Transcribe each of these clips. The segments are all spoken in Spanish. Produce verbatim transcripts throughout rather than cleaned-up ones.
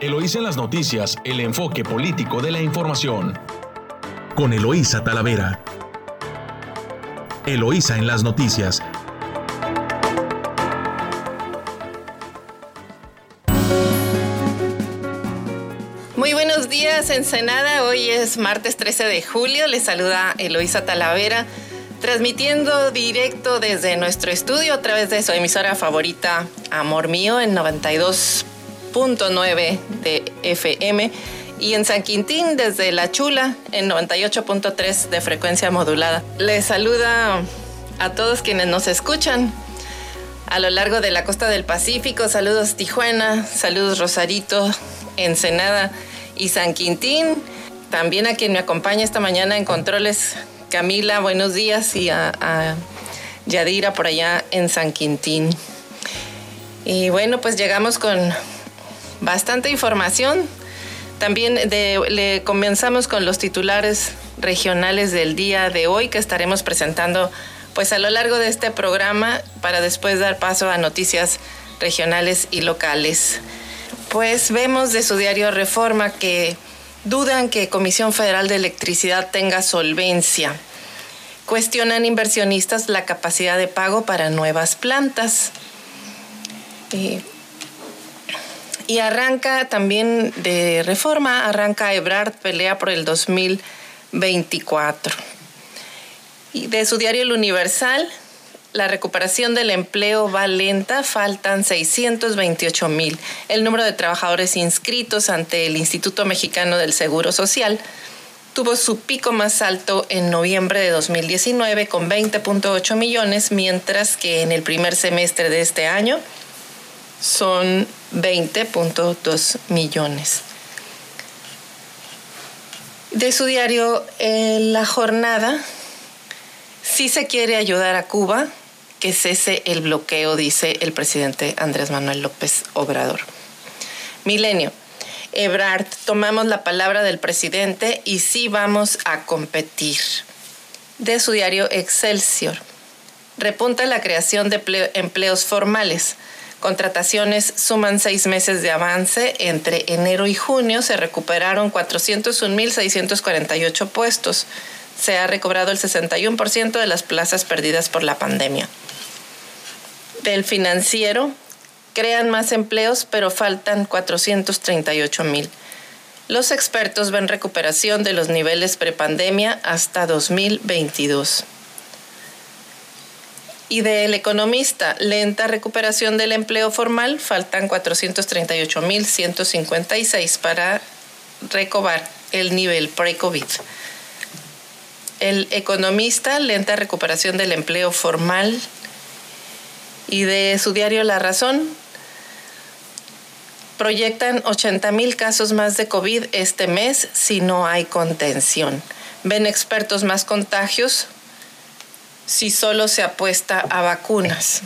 Eloísa en las noticias, el enfoque político de la información. Con Eloísa Talavera. Eloísa en las noticias. Muy buenos días, Ensenada. Hoy es martes trece de julio. Les saluda Eloísa Talavera, transmitiendo directo desde nuestro estudio a través de su emisora favorita, Amor Mío, en noventa y dos punto nueve de F M, y en San Quintín desde La Chula en noventa y ocho punto tres de frecuencia modulada. Les saluda a todos quienes nos escuchan a lo largo de la costa del Pacífico. Saludos Tijuana, saludos Rosarito, Ensenada y San Quintín. También a quien me acompaña esta mañana en controles, Camila, buenos días, y a, a Yadira por allá en San Quintín. Y bueno, pues llegamos con bastante información. También de, le comenzamos con los titulares regionales del día de hoy, que estaremos presentando pues a lo largo de este programa, para después dar paso a noticias regionales y locales. Pues vemos de su diario Reforma que dudan que Comisión Federal de Electricidad tenga solvencia. Cuestionan inversionistas la capacidad de pago para nuevas plantas. Eh, Y arranca también de Reforma, arranca Ebrard pelea por el dos mil veinticuatro. Y de su diario El Universal, la recuperación del empleo va lenta, faltan seiscientos veintiocho mil. El número de trabajadores inscritos ante el Instituto Mexicano del Seguro Social tuvo su pico más alto en noviembre de dos mil diecinueve con veinte punto ocho millones, mientras que en el primer semestre de este año son veinte punto dos millones. De su diario eh, La Jornada, si se quiere ayudar a Cuba, que cese el bloqueo, dice el presidente Andrés Manuel López Obrador. Milenio, Ebrard, tomamos la palabra del presidente y sí vamos a competir. De su diario Excelsior, repunta la creación de empleos formales. Contrataciones suman seis meses de avance. Entre enero y junio se recuperaron cuatrocientos un mil seiscientos cuarenta y ocho puestos. Se ha recobrado el sesenta y uno por ciento de las plazas perdidas por la pandemia. Del Financiero, crean más empleos, pero faltan cuatrocientos treinta y ocho mil. Los expertos ven recuperación de los niveles prepandemia hasta dos mil veintidós. Y del Economista, lenta recuperación del empleo formal, faltan cuatrocientos treinta y ocho mil ciento cincuenta y seis para recobrar el nivel pre-COVID. El Economista, lenta recuperación del empleo formal. Y de su diario La Razón, proyectan ochenta mil casos más de COVID este mes si no hay contención. Ven expertos más contagios si solo se apuesta a vacunas.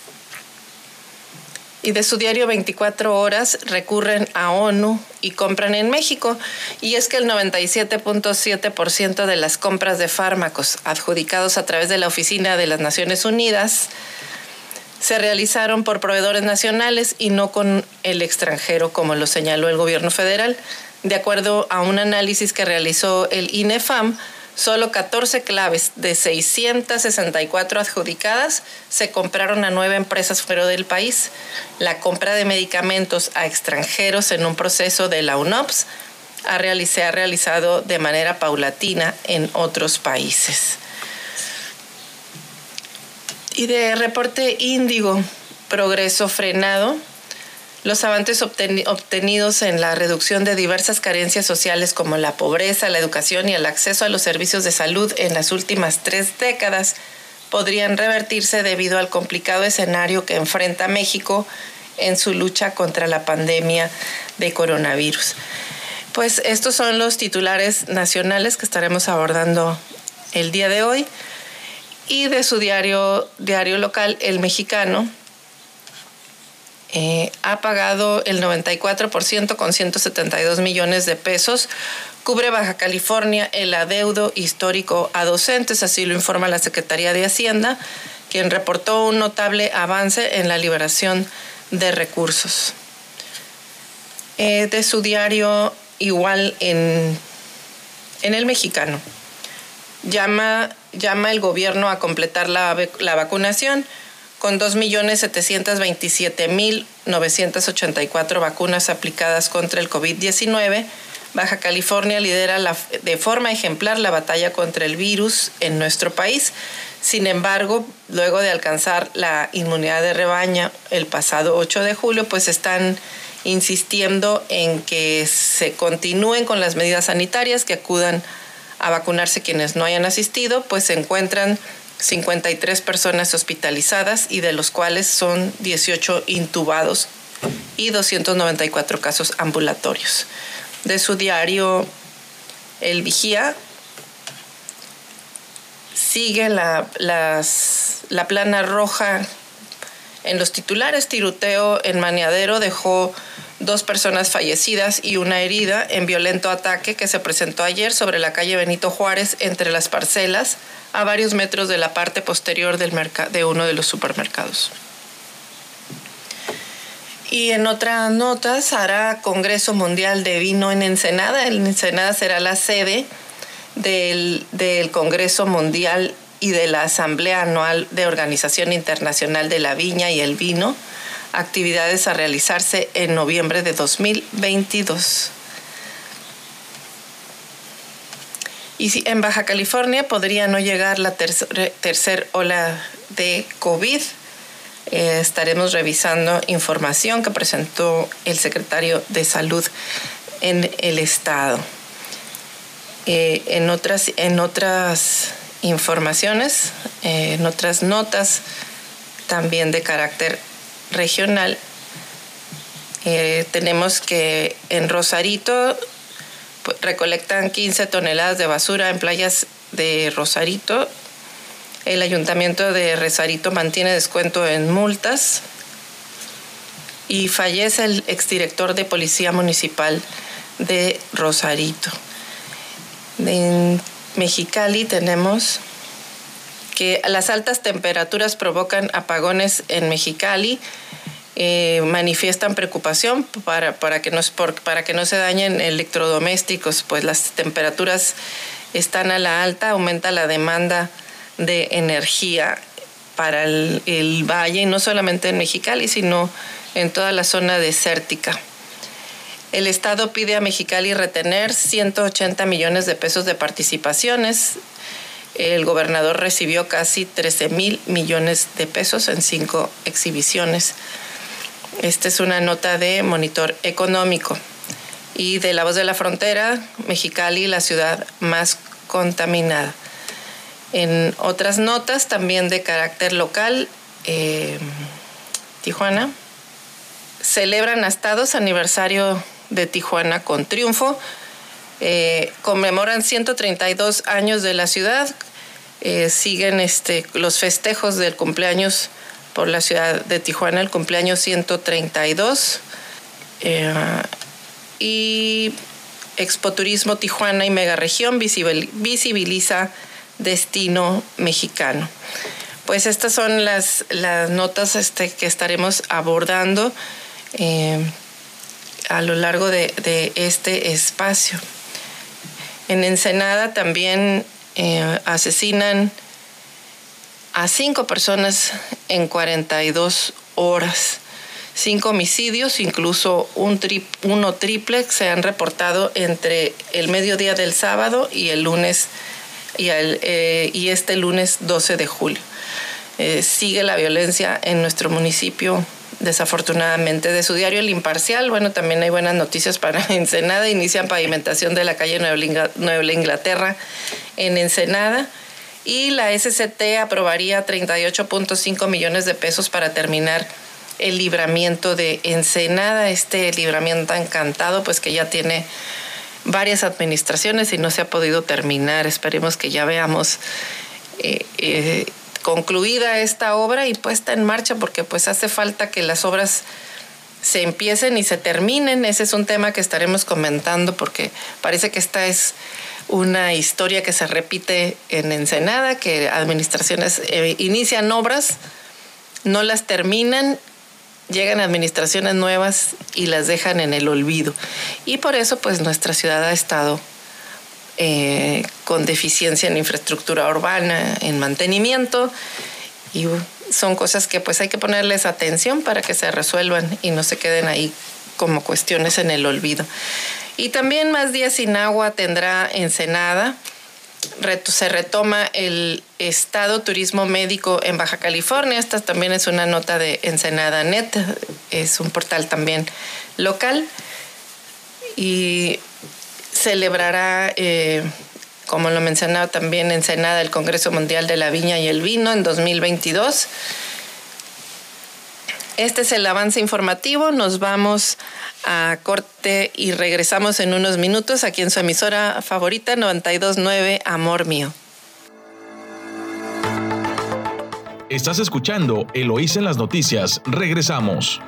Y de su diario veinticuatro horas, recurren a ONU y compran en México. Y es que el noventa y siete punto siete por ciento de las compras de fármacos adjudicados a través de la Oficina de las Naciones Unidas se realizaron por proveedores nacionales y no con el extranjero, como lo señaló el gobierno federal. De acuerdo a un análisis que realizó el INEFAM, solo catorce claves de seiscientas sesenta y cuatro adjudicadas se compraron a nueve empresas fuera del país. La compra de medicamentos a extranjeros en un proceso de la U N O P S se ha realizado de manera paulatina en otros países. Y de reporte Índigo, progreso frenado. Los avances obtenidos en la reducción de diversas carencias sociales como la pobreza, la educación y el acceso a los servicios de salud en las últimas tres décadas podrían revertirse debido al complicado escenario que enfrenta México en su lucha contra la pandemia de coronavirus. Pues estos son los titulares nacionales que estaremos abordando el día de hoy. Y de su diario, diario local, El Mexicano, Eh, ha pagado el noventa y cuatro por ciento con ciento setenta y dos millones de pesos. Cubre Baja California el adeudo histórico a docentes, así lo informa la Secretaría de Hacienda, quien reportó un notable avance en la liberación de recursos. Eh, de su diario, igual en, en El Mexicano, llama, llama el gobierno a completar la, la vacunación con dos millones setecientos veintisiete mil novecientos ochenta y cuatro vacunas aplicadas contra el COVID diecinueve. Baja California lidera la, de forma ejemplar la batalla contra el virus en nuestro país. Sin embargo, luego de alcanzar la inmunidad de rebaño el pasado ocho de julio, pues están insistiendo en que se continúen con las medidas sanitarias, que acudan a vacunarse quienes no hayan asistido, pues se encuentran cincuenta y tres personas hospitalizadas y de los cuales son dieciocho intubados y doscientos noventa y cuatro casos ambulatorios. De su diario El Vigía, sigue la, las, la plana roja en los titulares. Tiroteo en Maniadero dejó dos personas fallecidas y una herida en violento ataque que se presentó ayer sobre la calle Benito Juárez entre las parcelas a varios metros de la parte posterior del merc- de uno de los supermercados. Y en otras notas, hará Congreso Mundial de Vino en Ensenada. En Ensenada será la sede del, del Congreso Mundial y de la Asamblea Anual de Organización Internacional de la Viña y el Vino, actividades a realizarse en noviembre de dos mil veintidós. Y si en Baja California podría no llegar la tercer, tercer ola de COVID, eh, estaremos revisando información que presentó el secretario de Salud en el estado. Eh, en otras, en otras informaciones, eh, en otras notas también de carácter regional, eh, tenemos que en Rosarito pues, recolectan quince toneladas de basura en playas de Rosarito. El ayuntamiento de Rosarito mantiene descuento en multas y fallece el exdirector de Policía Municipal de Rosarito. En Mexicali tenemos que las altas temperaturas provocan apagones en Mexicali. Eh, manifiestan preocupación para, para, que no, para que no se dañen electrodomésticos, pues las temperaturas están a la alta, aumenta la demanda de energía para el, el valle, y no solamente en Mexicali, sino en toda la zona desértica. El Estado pide a Mexicali retener ciento ochenta millones de pesos de participaciones. El gobernador recibió casi trece mil millones de pesos en cinco exhibiciones. Esta es una nota de Monitor Económico. Y de La Voz de la Frontera, Mexicali, la ciudad más contaminada. En otras notas, también de carácter local, eh, Tijuana, celebran hasta dos aniversario de Tijuana con triunfo. Eh, conmemoran ciento treinta y dos años de la ciudad. Eh, siguen este, los festejos del cumpleaños por la ciudad de Tijuana, el cumpleaños ciento treinta y dos. Eh, y Expo Turismo Tijuana y Megaregión visibiliza destino mexicano. Pues estas son las, las notas este, que estaremos abordando eh, a lo largo de, de este espacio. En Ensenada también eh, asesinan a cinco personas en cuarenta y dos horas. Cinco homicidios, incluso un tri, uno triple, se han reportado entre el mediodía del sábado y el lunes y, el, eh, y este lunes doce de julio. Eh, sigue la violencia en nuestro municipio, desafortunadamente. De su diario El Imparcial, bueno, también hay buenas noticias para Ensenada. Inician pavimentación de la calle Nueva Inglaterra en Ensenada. Y la S C T aprobaría treinta y ocho punto cinco millones de pesos para terminar el libramiento de Ensenada, este libramiento encantado, pues que ya tiene varias administraciones y no se ha podido terminar. Esperemos que ya veamos eh, eh, concluida esta obra y puesta en marcha, porque pues hace falta que las obras se empiecen y se terminen. Ese es un tema que estaremos comentando, porque parece que esta es una historia que se repite en Ensenada, que administraciones eh, inician obras, no las terminan llegan administraciones nuevas y las dejan en el olvido. Y por eso pues nuestra ciudad ha estado eh, con deficiencia en infraestructura urbana, en mantenimiento, y son cosas que pues hay que ponerles atención para que se resuelvan y no se queden ahí como cuestiones en el olvido. Y también más días sin agua tendrá Ensenada. Se retoma el Estado Turismo Médico en Baja California. Esta también es una nota de Ensenada Net, es un portal también local. Y celebrará, eh, como lo mencionaba también Ensenada, el Congreso Mundial de la Viña y el Vino en dos mil veintidós. Este es el avance informativo. Nos vamos a corte y regresamos en unos minutos aquí en su emisora favorita noventa y dos punto nueve Amor Mío. Estás escuchando Eloísa en las noticias. Regresamos.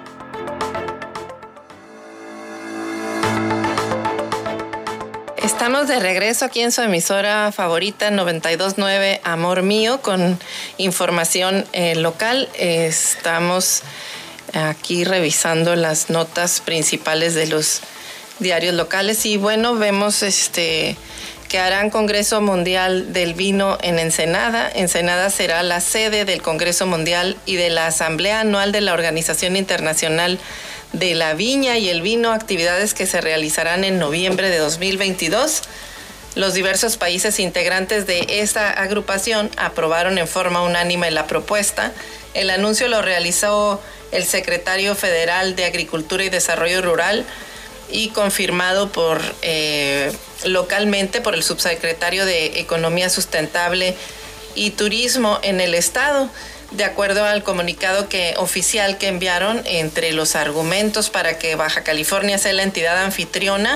Estamos de regreso aquí en su emisora favorita noventa y dos punto nueve Amor Mío con información eh, local. Eh, estamos aquí revisando las notas principales de los diarios locales y bueno, vemos este que harán Congreso Mundial del Vino en Ensenada. Ensenada será la sede del Congreso Mundial y de la Asamblea Anual de la Organización Internacional de la Viña y el Vino, actividades que se realizarán en noviembre de dos mil veintidós. Los diversos países integrantes de esta agrupación aprobaron en forma unánime la propuesta. El anuncio lo realizó el secretario federal de Agricultura y Desarrollo Rural y confirmado por eh, localmente por el subsecretario de Economía Sustentable y Turismo en el estado. De acuerdo al comunicado que, oficial que enviaron, entre los argumentos para que Baja California sea la entidad anfitriona,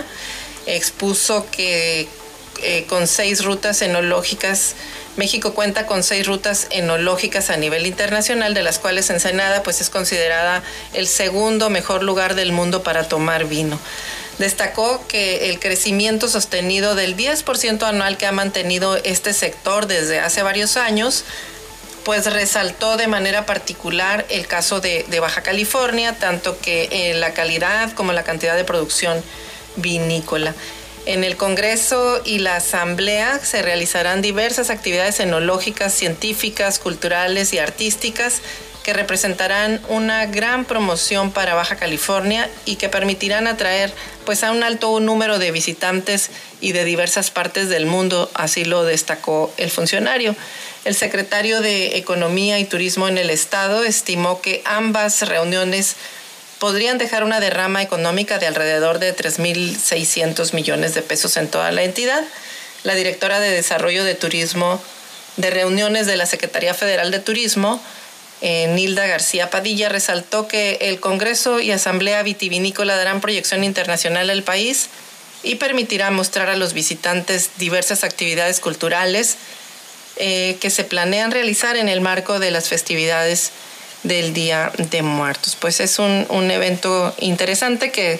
expuso que eh, con seis rutas enológicas, México cuenta con seis rutas enológicas a nivel internacional, de las cuales Ensenada pues, es considerada el segundo mejor lugar del mundo para tomar vino. Destacó que el crecimiento sostenido del diez por ciento anual que ha mantenido este sector desde hace varios años, pues resaltó de manera particular el caso de, de Baja California, tanto que eh, la calidad como la cantidad de producción vinícola. En el Congreso y la Asamblea se realizarán diversas actividades enológicas, científicas, culturales y artísticas que representarán una gran promoción para Baja California y que permitirán atraer pues, a un alto número de visitantes y de diversas partes del mundo, así lo destacó el funcionario. El secretario de Economía y Turismo en el estado estimó que ambas reuniones podrían dejar una derrama económica de alrededor de tres mil seiscientos millones de pesos en toda la entidad. La directora de Desarrollo de Turismo de Reuniones de la Secretaría Federal de Turismo, eh, Nilda García Padilla, resaltó que el Congreso y Asamblea Vitivinícola darán proyección internacional al país y permitirá mostrar a los visitantes diversas actividades culturales eh, que se planean realizar en el marco de las festividades del Día de Muertos. Pues es un, un evento interesante que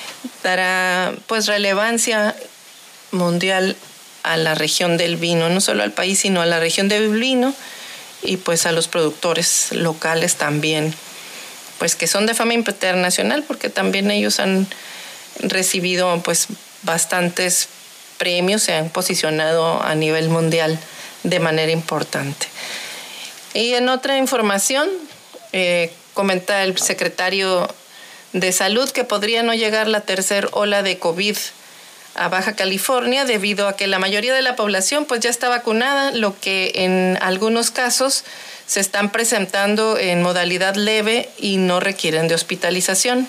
dará pues relevancia mundial a la región del vino, no solo al país, sino a la región del vino y pues a los productores locales también, pues que son de fama internacional porque también ellos han recibido pues bastantes premios, se han posicionado a nivel mundial de manera importante. Y en otra información, Eh, comenta el secretario de Salud que podría no llegar la tercera ola de COVID a Baja California debido a que la mayoría de la población pues ya está vacunada, lo que en algunos casos se están presentando en modalidad leve y no requieren de hospitalización.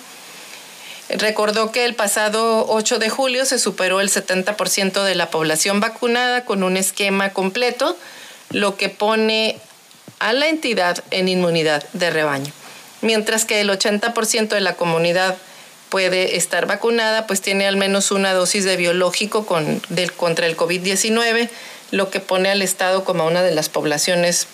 Recordó que el pasado ocho de julio se superó el setenta por ciento de la población vacunada con un esquema completo, lo que pone a la entidad en inmunidad de rebaño. Mientras que el ochenta por ciento de la comunidad puede estar vacunada, pues tiene al menos una dosis de biológico con, del, contra el COVID diecinueve, lo que pone al estado como una de las poblaciones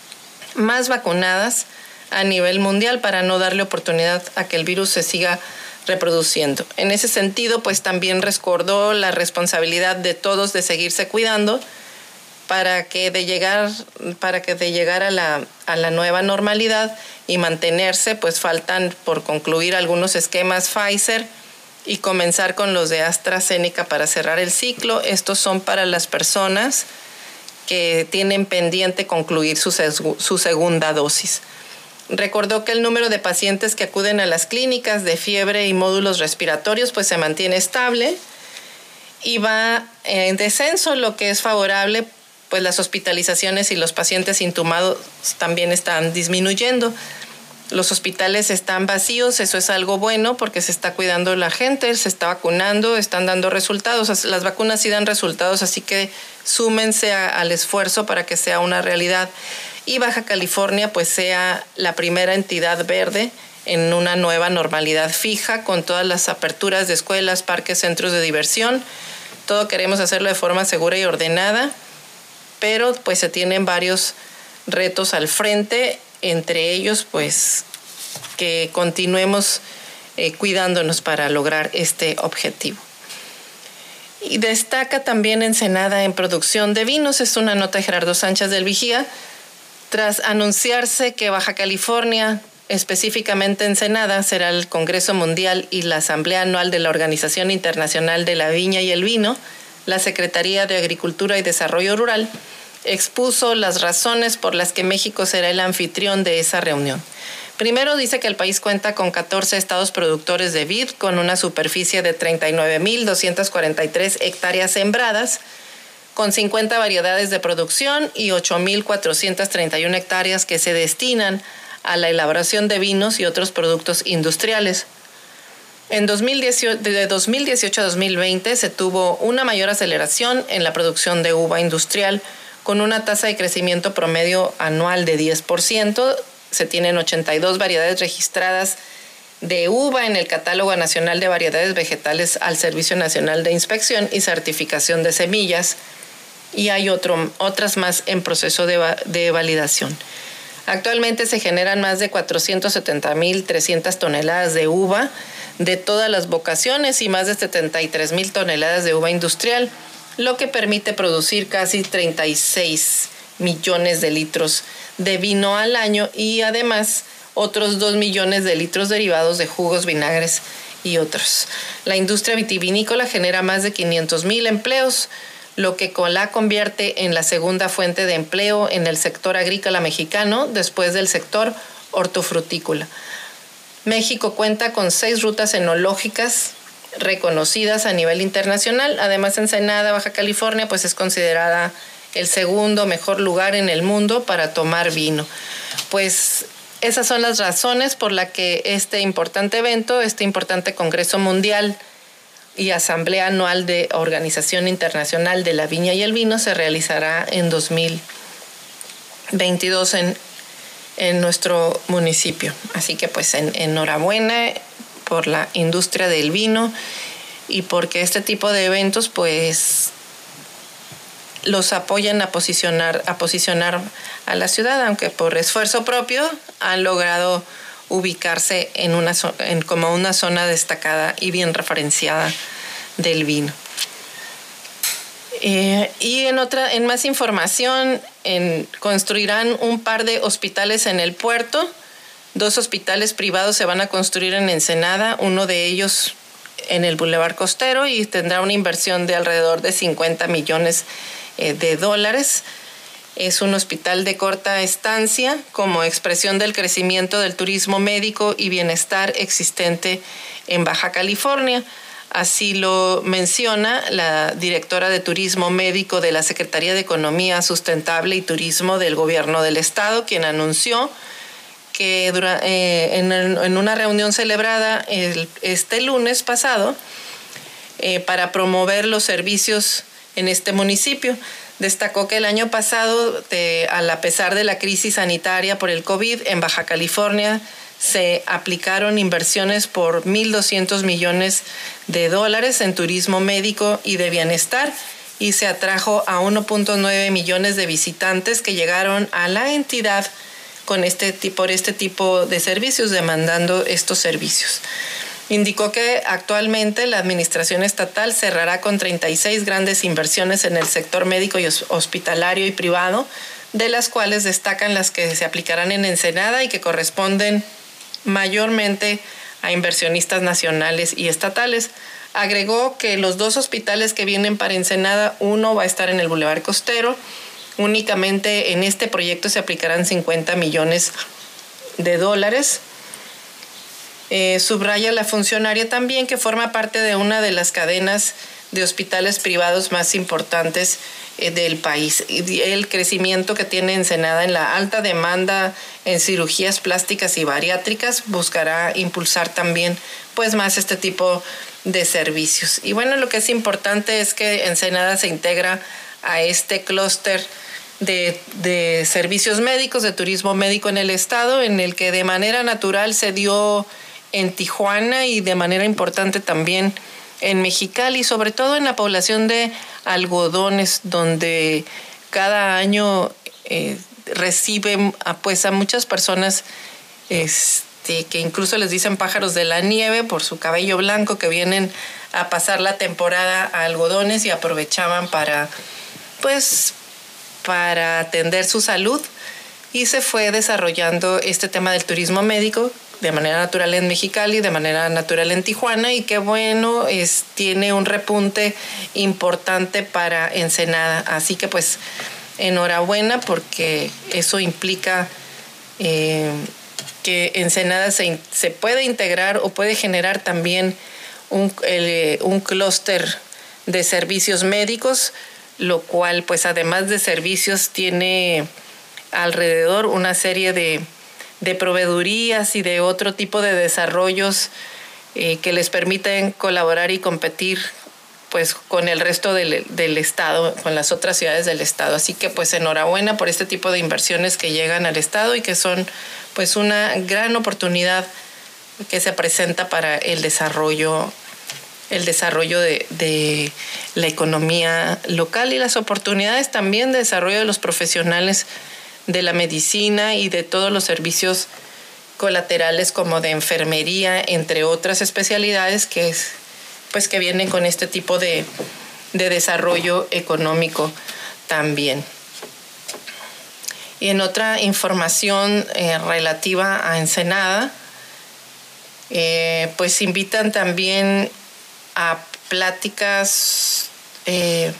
más vacunadas a nivel mundial para no darle oportunidad a que el virus se siga reproduciendo. En ese sentido, pues también recordó la responsabilidad de todos de seguirse cuidando para que de llegar, para que de llegar a la, a la nueva normalidad y mantenerse, pues faltan por concluir algunos esquemas Pfizer y comenzar con los de AstraZeneca para cerrar el ciclo. Estos son para las personas que tienen pendiente concluir su, su segunda dosis. Recordó que el número de pacientes que acuden a las clínicas de fiebre y módulos respiratorios pues se mantiene estable y va en descenso, lo que es favorable, pues las hospitalizaciones y los pacientes intubados también están disminuyendo. Los hospitales están vacíos, eso es algo bueno porque se está cuidando la gente, se está vacunando, están dando resultados. Las vacunas sí dan resultados, así que súmense a, al esfuerzo para que sea una realidad. Y Baja California pues sea la primera entidad verde en una nueva normalidad fija con todas las aperturas de escuelas, parques, centros de diversión. Todo queremos hacerlo de forma segura y ordenada, pero pues se tienen varios retos al frente, entre ellos pues que continuemos eh, cuidándonos para lograr este objetivo. Y destaca también Ensenada en producción de vinos. Es una nota de Gerardo Sánchez del Vigía. Tras anunciarse que Baja California, específicamente Ensenada, será el Congreso Mundial y la Asamblea Anual de la Organización Internacional de la Viña y el Vino, la Secretaría de Agricultura y Desarrollo Rural expuso las razones por las que México será el anfitrión de esa reunión. Primero dice que el país cuenta con catorce estados productores de vid con una superficie de treinta y nueve mil doscientas cuarenta y tres hectáreas sembradas, con cincuenta variedades de producción y ocho mil cuatrocientas treinta y una hectáreas que se destinan a la elaboración de vinos y otros productos industriales. En dos mil dieciocho, de dos mil dieciocho a dos mil veinte se tuvo una mayor aceleración en la producción de uva industrial, con una tasa de crecimiento promedio anual de diez por ciento. Se tienen ochenta y dos variedades registradas de uva en el Catálogo Nacional de Variedades Vegetales al Servicio Nacional de Inspección y Certificación de Semillas, y hay otro, otras más en proceso de, de validación. Actualmente se generan más de cuatrocientos setenta mil trescientas toneladas de uva de todas las vocaciones y más de setenta y tres mil toneladas de uva industrial, lo que permite producir casi treinta y seis millones de litros de vino al año y además otros dos millones de litros derivados de jugos, vinagres y otros. La industria vitivinícola genera más de quinientos mil empleos, lo que la convierte en la segunda fuente de empleo en el sector agrícola mexicano después del sector hortofrutícola. México cuenta con seis rutas enológicas reconocidas a nivel internacional. Además, Ensenada, Baja California, pues es considerada el segundo mejor lugar en el mundo para tomar vino. Pues esas son las razones por las que este importante evento, este importante Congreso Mundial y Asamblea Anual de Organización Internacional de la Viña y el Vino se realizará en dos mil veintidós en, en nuestro municipio. Así que pues en, enhorabuena por la industria del vino y porque este tipo de eventos pues los apoyan a posicionar, a posicionar a la ciudad, aunque por esfuerzo propio han logrado ubicarse en una, en, como una zona destacada y bien referenciada del vino. Eh, y en otra, en más información, en, construirán un par de hospitales en el puerto. Dos hospitales privados se van a construir en Ensenada, uno de ellos en el Boulevard Costero, y tendrá una inversión de alrededor de cincuenta millones eh, de dólares. Es un hospital de corta estancia como expresión del crecimiento del turismo médico y bienestar existente en Baja California. Así lo menciona la directora de Turismo Médico de la Secretaría de Economía Sustentable y Turismo del Gobierno del Estado, quien anunció que dura, eh, en, en una reunión celebrada el, este lunes pasado eh, para promover los servicios en este municipio. Destacó que el año pasado, de, a pesar de la crisis sanitaria por el COVID, en Baja California se aplicaron inversiones por mil doscientos millones de dólares en turismo médico y de bienestar y se atrajo a uno punto nueve millones de visitantes que llegaron a la entidad con este, por este tipo de servicios, demandando estos servicios. Indicó que actualmente la administración estatal cerrará con treinta y seis grandes inversiones en el sector médico y hospitalario y privado, de las cuales destacan las que se aplicarán en Ensenada y que corresponden mayormente a inversionistas nacionales y estatales. Agregó que los dos hospitales que vienen para Ensenada, uno va a estar en el Boulevard Costero. Únicamente en este proyecto se aplicarán cincuenta millones de dólares. Eh, subraya la funcionaria también que forma parte de una de las cadenas de hospitales privados más importantes eh, del país. Y el crecimiento que tiene Ensenada en la alta demanda en cirugías plásticas y bariátricas buscará impulsar también pues más este tipo de servicios. Y bueno, lo que es importante es que Ensenada se integra a este clúster de, de servicios médicos, de turismo médico en el estado, en el que de manera natural se dio en Tijuana y de manera importante también en Mexicali, sobre todo en la población de Algodones, donde cada año eh, reciben a, pues, a muchas personas este, que incluso les dicen pájaros de la nieve por su cabello blanco, que vienen a pasar la temporada a Algodones y aprovechaban para, pues, para atender su salud. Y se fue desarrollando este tema del turismo médico de manera natural en Mexicali, de manera natural en Tijuana, y qué bueno, es, tiene un repunte importante para Ensenada. Así que pues enhorabuena, porque eso implica eh, que Ensenada se, se puede integrar o puede generar también un, el, un clúster de servicios médicos, lo cual pues además de servicios tiene alrededor una serie de de proveedurías y de otro tipo de desarrollos eh, que les permiten colaborar y competir pues con el resto del, del estado, con las otras ciudades del estado. Así que pues enhorabuena por este tipo de inversiones que llegan al estado y que son pues una gran oportunidad que se presenta para el desarrollo, el desarrollo de, de la economía local y las oportunidades también de desarrollo de los profesionales de la medicina y de todos los servicios colaterales como de enfermería, entre otras especialidades que, es, pues que vienen con este tipo de, de desarrollo económico también. Y en otra información eh, relativa a Ensenada, eh, pues invitan también a pláticas eh,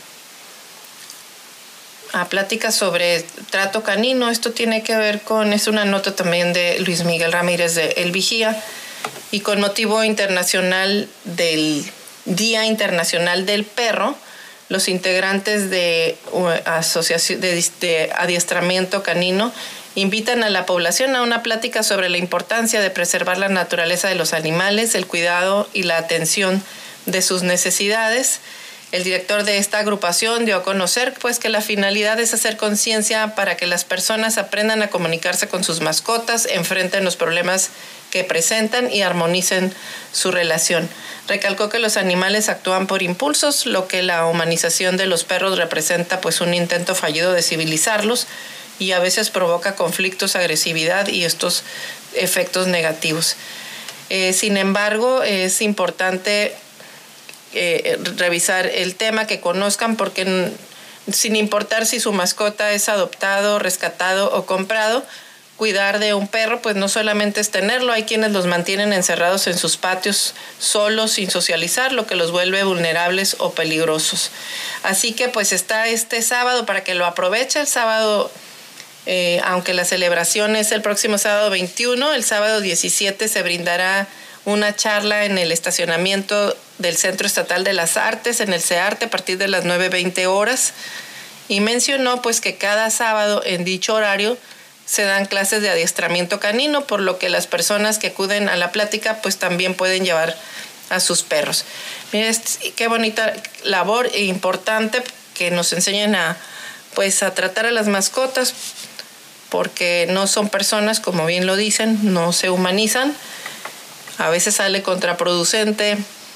a pláticas sobre trato canino. Esto tiene que ver con, es una nota también de Luis Miguel Ramírez de El Vigía, y con motivo internacional del Día Internacional del Perro, los integrantes de asociación de, de adiestramiento canino invitan a la población a una plática sobre la importancia de preservar la naturaleza de los animales, el cuidado y la atención de sus necesidades. El director de esta agrupación dio a conocer pues, que la finalidad es hacer conciencia para que las personas aprendan a comunicarse con sus mascotas, enfrenten los problemas que presentan y armonicen su relación. Recalcó que los animales actúan por impulsos, lo que la humanización de los perros representa pues, un intento fallido de civilizarlos y a veces provoca conflictos, agresividad y estos efectos negativos. Eh, sin embargo, es importante Eh, revisar el tema, que conozcan, porque n- sin importar si su mascota es adoptado, rescatado o comprado, cuidar de un perro pues no solamente es tenerlo, hay quienes los mantienen encerrados en sus patios solos, sin socializar, lo que los vuelve vulnerables o peligrosos. Así que pues está este sábado para que lo aproveche. El sábado, eh, aunque la celebración es el próximo sábado veintiuno, el sábado diecisiete se brindará una charla en el estacionamiento del Centro Estatal de las Artes, en el CEARTE, a partir de las nueve veinte horas, y mencionó pues que cada sábado en dicho horario se dan clases de adiestramiento canino, por lo que las personas que acuden a la plática pues también pueden llevar a sus perros. Miren, qué bonita labor e importante que nos enseñen a pues a tratar a las mascotas, porque no son personas, como bien lo dicen, no se humanizan. A veces sale contraproducente,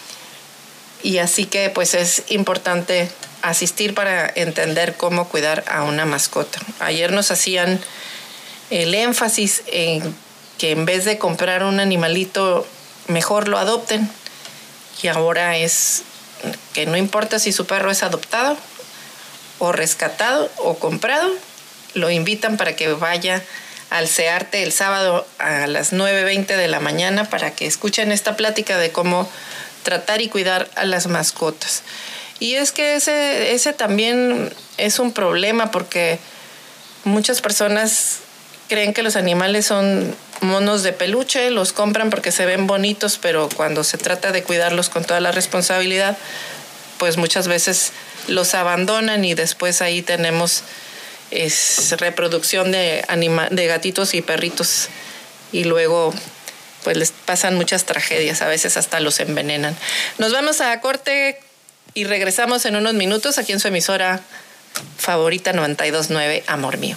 y así que pues es importante asistir para entender cómo cuidar a una mascota. Ayer nos hacían el énfasis en que en vez de comprar un animalito mejor lo adopten. Y ahora es que no importa si su perro es adoptado o rescatado o comprado, lo invitan para que vaya al CEARTE el sábado a las nueve veinte de la mañana para que escuchen esta plática de cómo tratar y cuidar a las mascotas. Y es que ese, ese también es un problema porque muchas personas creen que los animales son monos de peluche, los compran porque se ven bonitos, pero cuando se trata de cuidarlos con toda la responsabilidad, pues muchas veces los abandonan y después ahí tenemos es reproducción de, anima, de gatitos y perritos y luego pues les pasan muchas tragedias, a veces hasta los envenenan. Nos vamos a corte y regresamos en unos minutos aquí en su emisora favorita noventa y dos punto nueve, Amor Mío.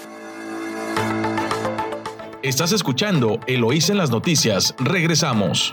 Estás escuchando Eloísa en las noticias. Regresamos.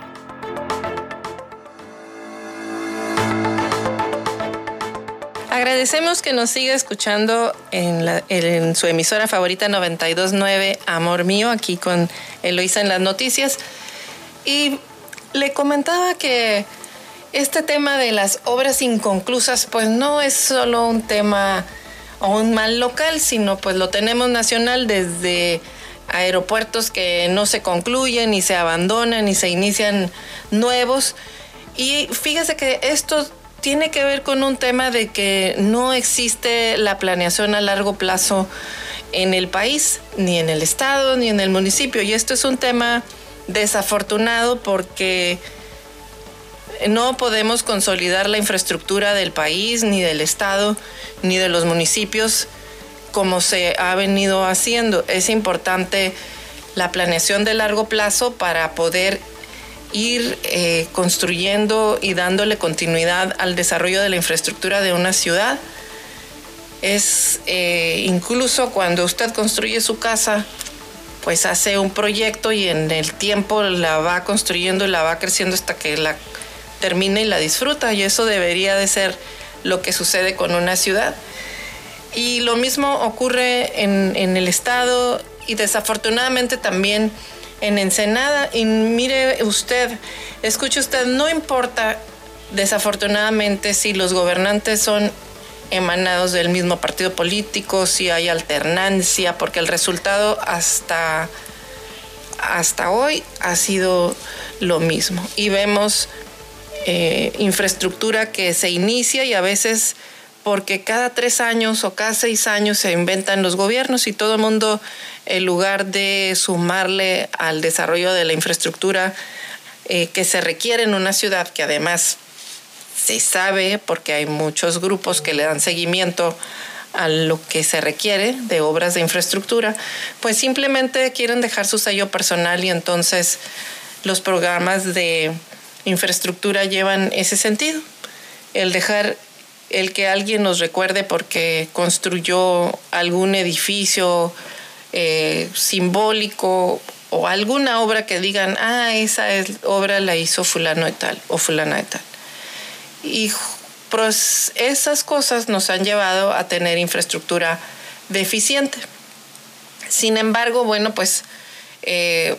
Agradecemos que nos siga escuchando en, la, en su emisora favorita noventa y dos punto nueve, Amor Mío, aquí con Eloísa en las noticias. Y le comentaba que este tema de las obras inconclusas, pues no es solo un tema o un mal local, sino pues lo tenemos nacional desde aeropuertos que no se concluyen y se abandonan y se inician nuevos. Y fíjese que esto tiene que ver con un tema de que no existe la planeación a largo plazo en el país, ni en el estado, ni en el municipio. Y esto es un tema desafortunado porque no podemos consolidar la infraestructura del país, ni del estado, ni de los municipios como se ha venido haciendo. Es importante la planeación de largo plazo para poder ir eh, construyendo y dándole continuidad al desarrollo de la infraestructura de una ciudad. Es eh, incluso cuando usted construye su casa, pues hace un proyecto y en el tiempo la va construyendo y la va creciendo hasta que la termine y la disfruta, y eso debería de ser lo que sucede con una ciudad. Y lo mismo ocurre en, en el estado y desafortunadamente también en Ensenada. Y mire usted, escuche usted, no importa desafortunadamente si los gobernantes son emanados del mismo partido político, si hay alternancia, porque el resultado hasta, hasta hoy ha sido lo mismo. Y vemos eh, infraestructura que se inicia y a veces porque cada tres años o cada seis años se inventan los gobiernos y todo el mundo, en lugar de sumarle al desarrollo de la infraestructura eh, que se requiere en una ciudad, que además se sabe porque hay muchos grupos que le dan seguimiento a lo que se requiere de obras de infraestructura, pues simplemente quieren dejar su sello personal y entonces los programas de infraestructura llevan ese sentido, el dejar el que alguien nos recuerde porque construyó algún edificio eh, simbólico o alguna obra que digan, ah, esa es, obra la hizo fulano de tal o fulana de tal. Y pues, esas cosas nos han llevado a tener infraestructura deficiente. Sin embargo, bueno, pues eh,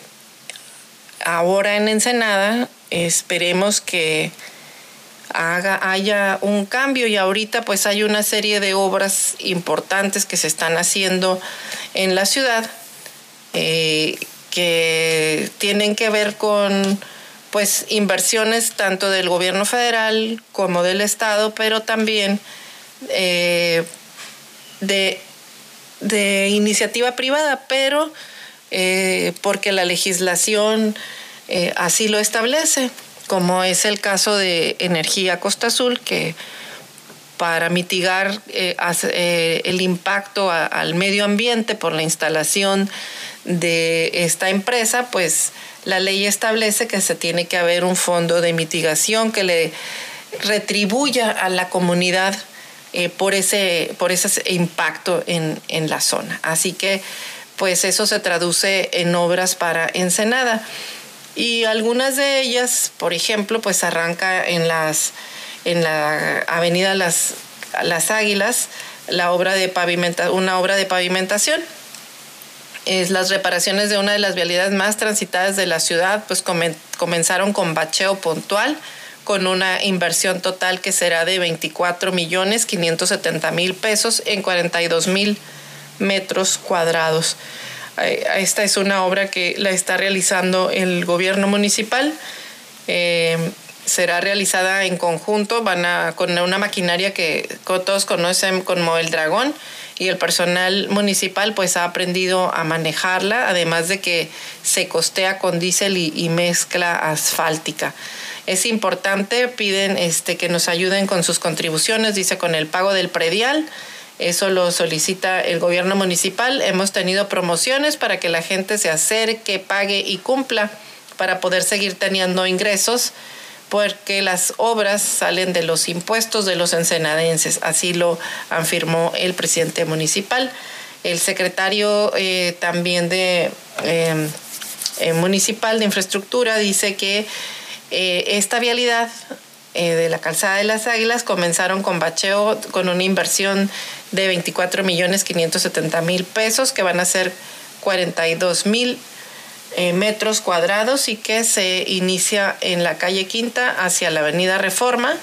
ahora en Ensenada esperemos que Haga, haya un cambio y ahorita pues hay una serie de obras importantes que se están haciendo en la ciudad eh, que tienen que ver con pues inversiones tanto del gobierno federal como del estado, pero también eh, de, de iniciativa privada, pero eh, porque la legislación eh, así lo establece, como es el caso de Energía Costa Azul, que para mitigar eh, eh, el impacto a, al medio ambiente por la instalación de esta empresa, pues la ley establece que se tiene que haber un fondo de mitigación que le retribuya a la comunidad eh, por ese, por ese impacto en, en la zona. Así que pues eso se traduce en obras para Ensenada. Y algunas de ellas, por ejemplo, pues arranca en las en la avenida Las, Las Águilas, la obra de pavimenta, una obra de pavimentación Es las reparaciones de una de las vialidades más transitadas de la ciudad, pues comen, comenzaron con bacheo puntual, con una inversión total que será de veinticuatro millones quinientos setenta mil pesos en cuarenta y dos mil metros cuadrados. Esta es una obra que la está realizando el gobierno municipal. Eh, será realizada en conjunto, van a con una maquinaria que todos conocen como el Dragón, y el personal municipal pues ha aprendido a manejarla, además de que se costea con diésel y, y mezcla asfáltica. Es importante, piden este, que nos ayuden con sus contribuciones, dice, con el pago del predial. Eso lo solicita el gobierno municipal. Hemos tenido promociones para que la gente se acerque, pague y cumpla para poder seguir teniendo ingresos, porque las obras salen de los impuestos de los ensenadenses. Así lo afirmó el presidente municipal. El secretario eh, también de eh, eh, municipal de infraestructura dice que eh, esta vialidad eh, de la calzada de las Águilas comenzaron con bacheo con una inversión de veinticuatro millones quinientos setenta mil pesos, que van a ser cuarenta y dos mil Eh, metros cuadrados, y que se inicia en la calle Quinta hacia la avenida Reforma.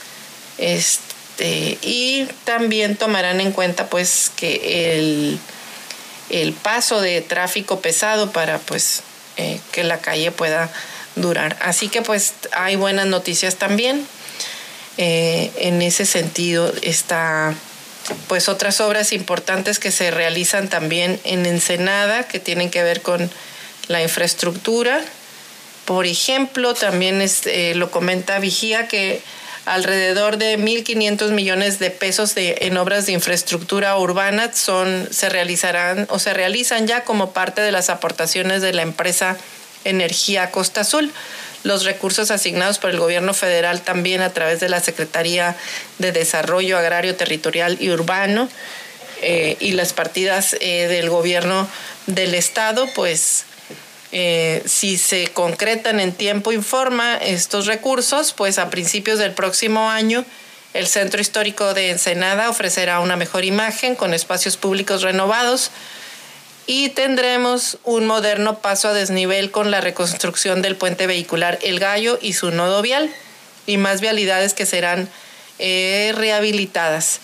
Este, y también tomarán en cuenta pues que el, el paso de tráfico pesado para pues eh, que la calle pueda durar. Así que pues hay buenas noticias también. Eh, en ese sentido está pues otras obras importantes que se realizan también en Ensenada, que tienen que ver con la infraestructura. Por ejemplo, también es, eh, lo comenta Vigía, que alrededor de mil quinientos millones de pesos de, en obras de infraestructura urbana son, se realizarán o se realizan ya como parte de las aportaciones de la empresa Energía Costa Azul. Los recursos asignados por el gobierno federal también a través de la Secretaría de Desarrollo Agrario, Territorial y Urbano eh, y las partidas eh, del gobierno del estado, pues Eh, si se concretan en tiempo y forma estos recursos, pues a principios del próximo año el Centro Histórico de Ensenada ofrecerá una mejor imagen con espacios públicos renovados, y tendremos un moderno paso a desnivel con la reconstrucción del puente vehicular El Gallo y su nodo vial, y más vialidades que serán eh, rehabilitadas.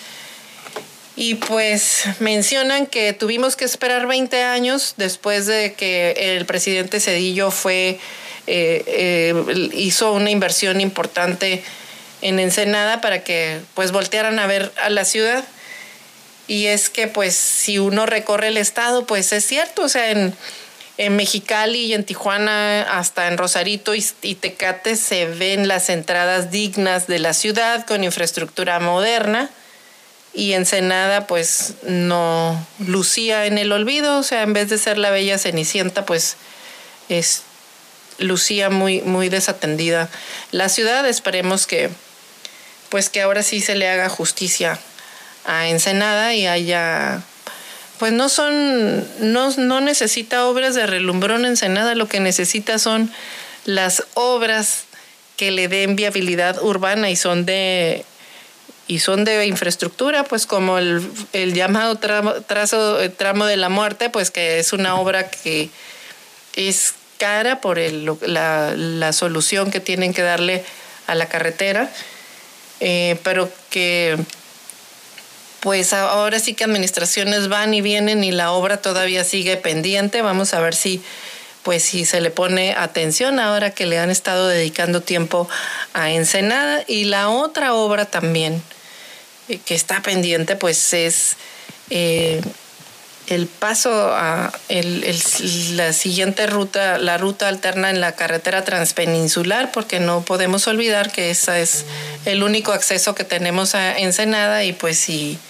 Y pues mencionan que tuvimos que esperar veinte años después de que el presidente Zedillo fue, eh, eh, hizo una inversión importante en Ensenada para que pues voltearan a ver a la ciudad. Y es que pues si uno recorre el estado, pues es cierto, o sea, en, en Mexicali y en Tijuana, hasta en Rosarito y, y Tecate se ven las entradas dignas de la ciudad con infraestructura moderna. Y Ensenada pues no lucía en el olvido, o sea, en vez de ser la bella Cenicienta, pues es, lucía muy, muy desatendida la ciudad. Esperemos que pues que ahora sí se le haga justicia a Ensenada y haya, pues no son, no, no necesita obras de relumbrón Ensenada, lo que necesita son las obras que le den viabilidad urbana, y son de y son de infraestructura, pues como el, el llamado tramo, trazo, tramo de la muerte, pues que es una obra que es cara por el, la, la solución que tienen que darle a la carretera, eh, pero que pues ahora sí que administraciones van y vienen y la obra todavía sigue pendiente. Vamos a ver si pues si se le pone atención ahora que le han estado dedicando tiempo a Ensenada. Y la otra obra también que está pendiente pues es eh, el paso a el, el, la siguiente ruta, la ruta alterna en la carretera transpeninsular, porque no podemos olvidar que ese es el único acceso que tenemos a Ensenada, y pues si,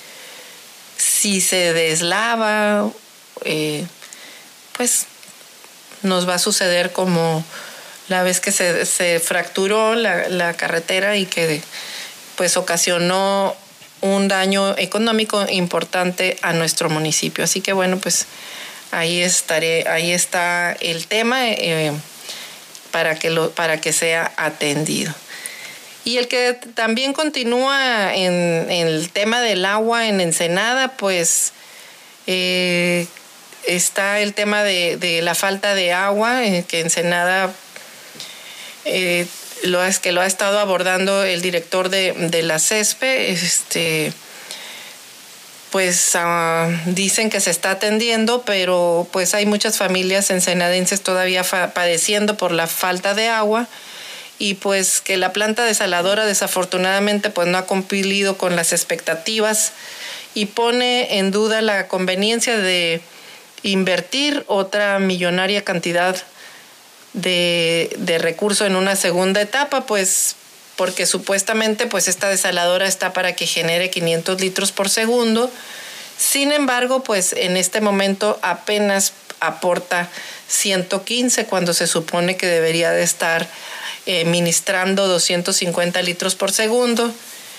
si se deslava, eh, pues nos va a suceder como la vez que se, se fracturó la, la carretera y que pues ocasionó un daño económico importante a nuestro municipio. Así que bueno, pues ahí estaré, ahí está el tema eh, para que lo, para que sea atendido. Y el que también continúa en, en el tema del agua en Ensenada, pues eh, está el tema de, de la falta de agua, eh, que Ensenada eh, lo es que lo ha estado abordando el director de, de la CESPE. Este, pues uh, dicen que se está atendiendo, pero pues hay muchas familias ensenadenses todavía fa- padeciendo por la falta de agua, y pues que la planta desaladora desafortunadamente pues no ha cumplido con las expectativas y pone en duda la conveniencia de invertir otra millonaria cantidad de, de recursos en una segunda etapa, pues porque supuestamente pues esta desaladora está para que genere quinientos litros por segundo. Sin embargo, pues en este momento apenas aporta ciento quince cuando se supone que debería de estar eh, ministrando doscientos cincuenta litros por segundo.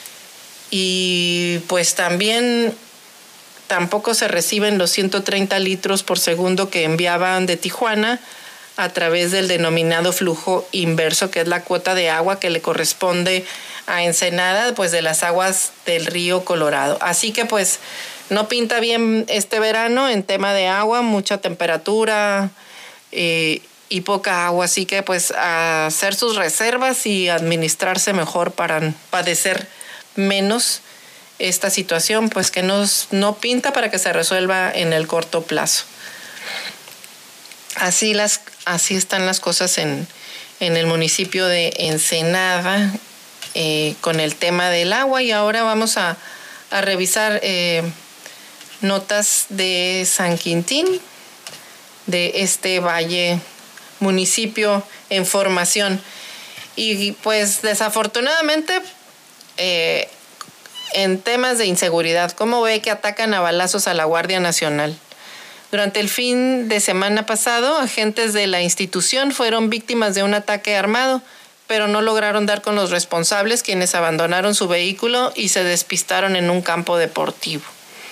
Y pues también tampoco se reciben los ciento treinta litros por segundo que enviaban de Tijuana a través del denominado flujo inverso, que es la cuota de agua que le corresponde a Ensenada, pues de las aguas del río Colorado. Así que pues no pinta bien este verano en tema de agua, mucha temperatura eh, y poca agua, así que pues a hacer sus reservas y administrarse mejor para padecer menos esta situación, pues que no, no pinta para que se resuelva en el corto plazo. Así, las, así están las cosas en, en el municipio de Ensenada eh, con el tema del agua. Y ahora vamos a, a revisar eh, notas de San Quintín, de este valle, municipio en formación. Y pues desafortunadamente eh, en temas de inseguridad, ¿cómo ve que atacan a balazos a la Guardia Nacional? Durante el fin de semana pasado, agentes de la institución fueron víctimas de un ataque armado, pero no lograron dar con los responsables, quienes abandonaron su vehículo y se despistaron en un campo deportivo.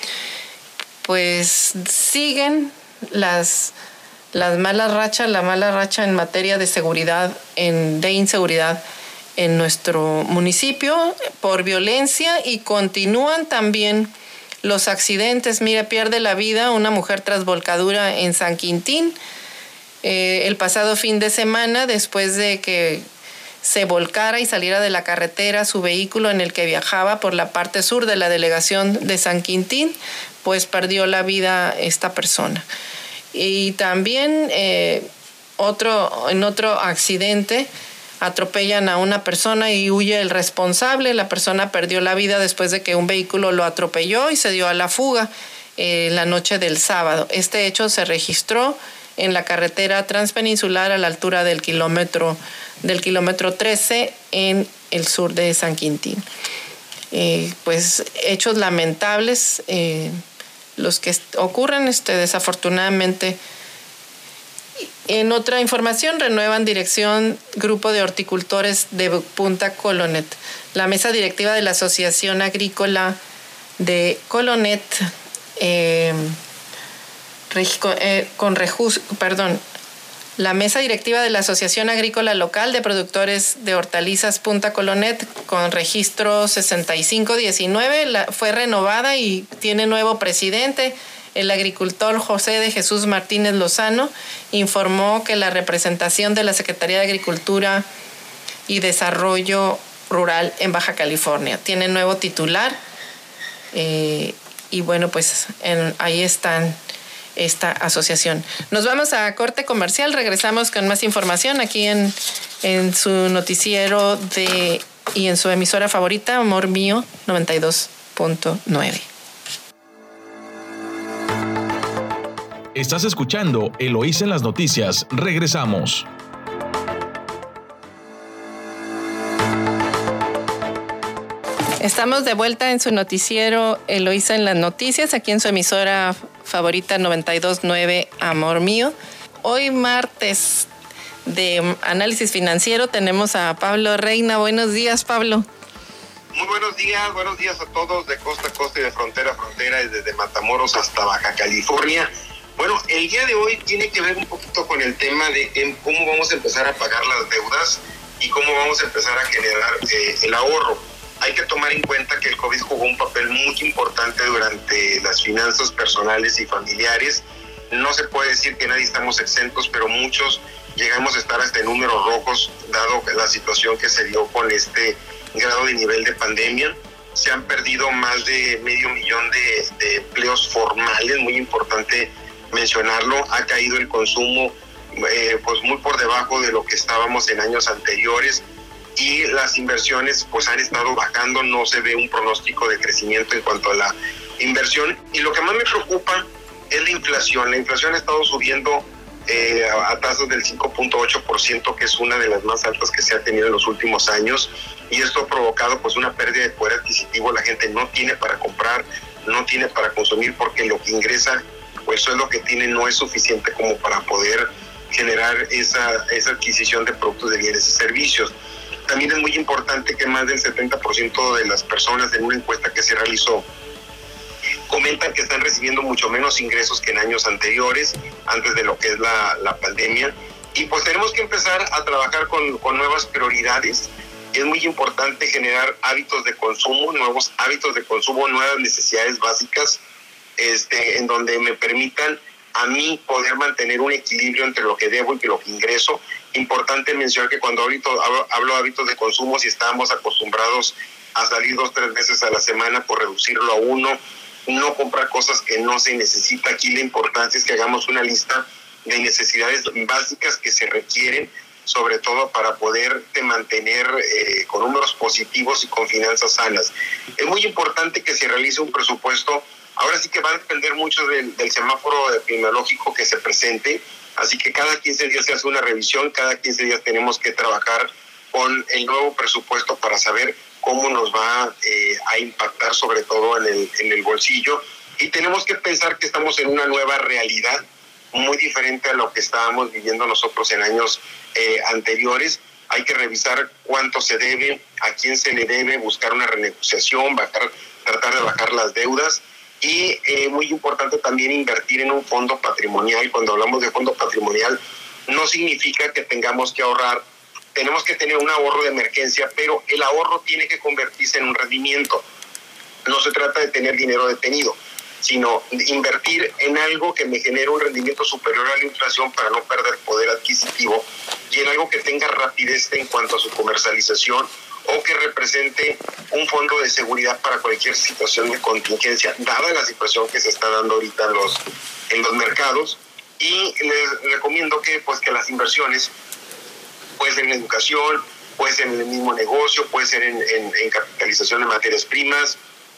Pues siguen las, las malas rachas, la mala racha en materia de seguridad, en, de inseguridad en nuestro municipio por violencia, y continúan también los accidentes. Mira, pierde la vida una mujer tras volcadura en San Quintín eh, el pasado fin de semana, después de que se volcara y saliera de la carretera su vehículo en el que viajaba por la parte sur de la delegación de San Quintín, pues perdió la vida esta persona. Y también eh, otro, en otro accidente atropellan a una persona y huye el responsable. La persona perdió la vida después de que un vehículo lo atropelló y se dio a la fuga eh, la noche del sábado. Este hecho se registró en la carretera transpeninsular a la altura del kilómetro, del kilómetro trece en el sur de San Quintín. Eh, pues hechos lamentables eh, los que ocurren este, desafortunadamente. En otra información, renuevan dirección Grupo de Horticultores de Punta Colonet. La mesa directiva de la Asociación Agrícola de Colonet, eh, eh, con rejus, perdón, la mesa directiva de la Asociación Agrícola Local de Productores de Hortalizas Punta Colonet, con registro sesenta y cinco diecinueve, la, fue renovada y tiene nuevo presidente. El agricultor José de Jesús Martínez Lozano informó que la representación de la Secretaría de Agricultura y Desarrollo Rural en Baja California tiene nuevo titular eh, y bueno, pues en, ahí están esta asociación. Nos vamos a corte comercial, regresamos con más información aquí en, en su noticiero de y en su emisora favorita, Amor Mío noventa y dos punto nueve. Estás escuchando Eloísa en las noticias. Regresamos. Estamos de vuelta en su noticiero Eloísa en las noticias, aquí en su emisora favorita noventa y dos punto nueve, Amor Mío. Hoy martes de análisis financiero tenemos a Pablo Reina. Buenos días, Pablo. Muy buenos días, buenos días a todos de costa a costa y de frontera a frontera, desde Matamoros hasta Baja California. Bueno, el día de hoy tiene que ver un poquito con el tema de en cómo vamos a empezar a pagar las deudas y cómo vamos a empezar a generar eh, el ahorro. Hay que tomar en cuenta que el COVID jugó un papel muy importante durante las finanzas personales y familiares, No se puede decir que nadie estamos exentos, pero muchos llegamos a estar hasta en números rojos, dado la situación que se dio con este grado de nivel de pandemia. Se han perdido más de medio millón de, de empleos formales, muy importante mencionarlo. Ha caído el consumo eh, pues muy por debajo de lo que estábamos en años anteriores, y las inversiones pues han estado bajando. No se ve un pronóstico de crecimiento en cuanto a la inversión, y lo que más me preocupa es la inflación. La inflación ha estado subiendo eh, a, a tasas del cinco punto ocho por ciento, que es una de las más altas que se ha tenido en los últimos años, y esto ha provocado pues una pérdida de poder adquisitivo. La gente no tiene para comprar, no tiene para consumir, porque lo que ingresa o el sueldo que tiene no es suficiente como para poder generar esa, esa adquisición de productos, de bienes y servicios. También es muy importante que más del setenta por ciento de las personas, en una encuesta que se realizó, comentan que están recibiendo mucho menos ingresos que en años anteriores, antes de lo que es la, la pandemia. Y pues tenemos que empezar a trabajar con, con nuevas prioridades. Es muy importante generar hábitos de consumo, nuevos hábitos de consumo, nuevas necesidades básicas, este, en donde me permitan a mí poder mantener un equilibrio entre lo que debo y lo que ingreso. Importante mencionar que cuando ahorita hablo, hablo de hábitos de consumo, si estábamos acostumbrados a salir dos, tres veces a la semana, por reducirlo a uno, no comprar cosas que no se necesita. Aquí la importancia es que hagamos una lista de necesidades básicas que se requieren, sobre todo para poder mantener eh, con números positivos y con finanzas sanas. Es muy importante que se realice un presupuesto. Ahora sí que va a depender mucho del, del semáforo epidemiológico que se presente, así que cada quince días se hace una revisión, cada quince días tenemos que trabajar con el nuevo presupuesto para saber cómo nos va eh, a impactar, sobre todo en el, en el bolsillo. Y tenemos que pensar que estamos en una nueva realidad, muy diferente a lo que estábamos viviendo nosotros en años eh, anteriores. Hay que revisar cuánto se debe, a quién se le debe, buscar una renegociación, bajar, tratar de bajar las deudas. Y eh, muy importante también invertir en un fondo patrimonial. Cuando hablamos de fondo patrimonial, no significa que tengamos que ahorrar. Tenemos que tener un ahorro de emergencia, pero el ahorro tiene que convertirse en un rendimiento. No se trata de tener dinero detenido, sino invertir en algo que me genere un rendimiento superior a la inflación para no perder poder adquisitivo, y en algo que tenga rapidez en cuanto a su comercialización, o que represente un fondo de seguridad para cualquier situación de contingencia, dada la situación que se está dando ahorita en los, en los mercados. Y les recomiendo que, pues, que las inversiones puede ser en educación, puede ser en el mismo negocio, puede ser en, en, en capitalización de materias primas,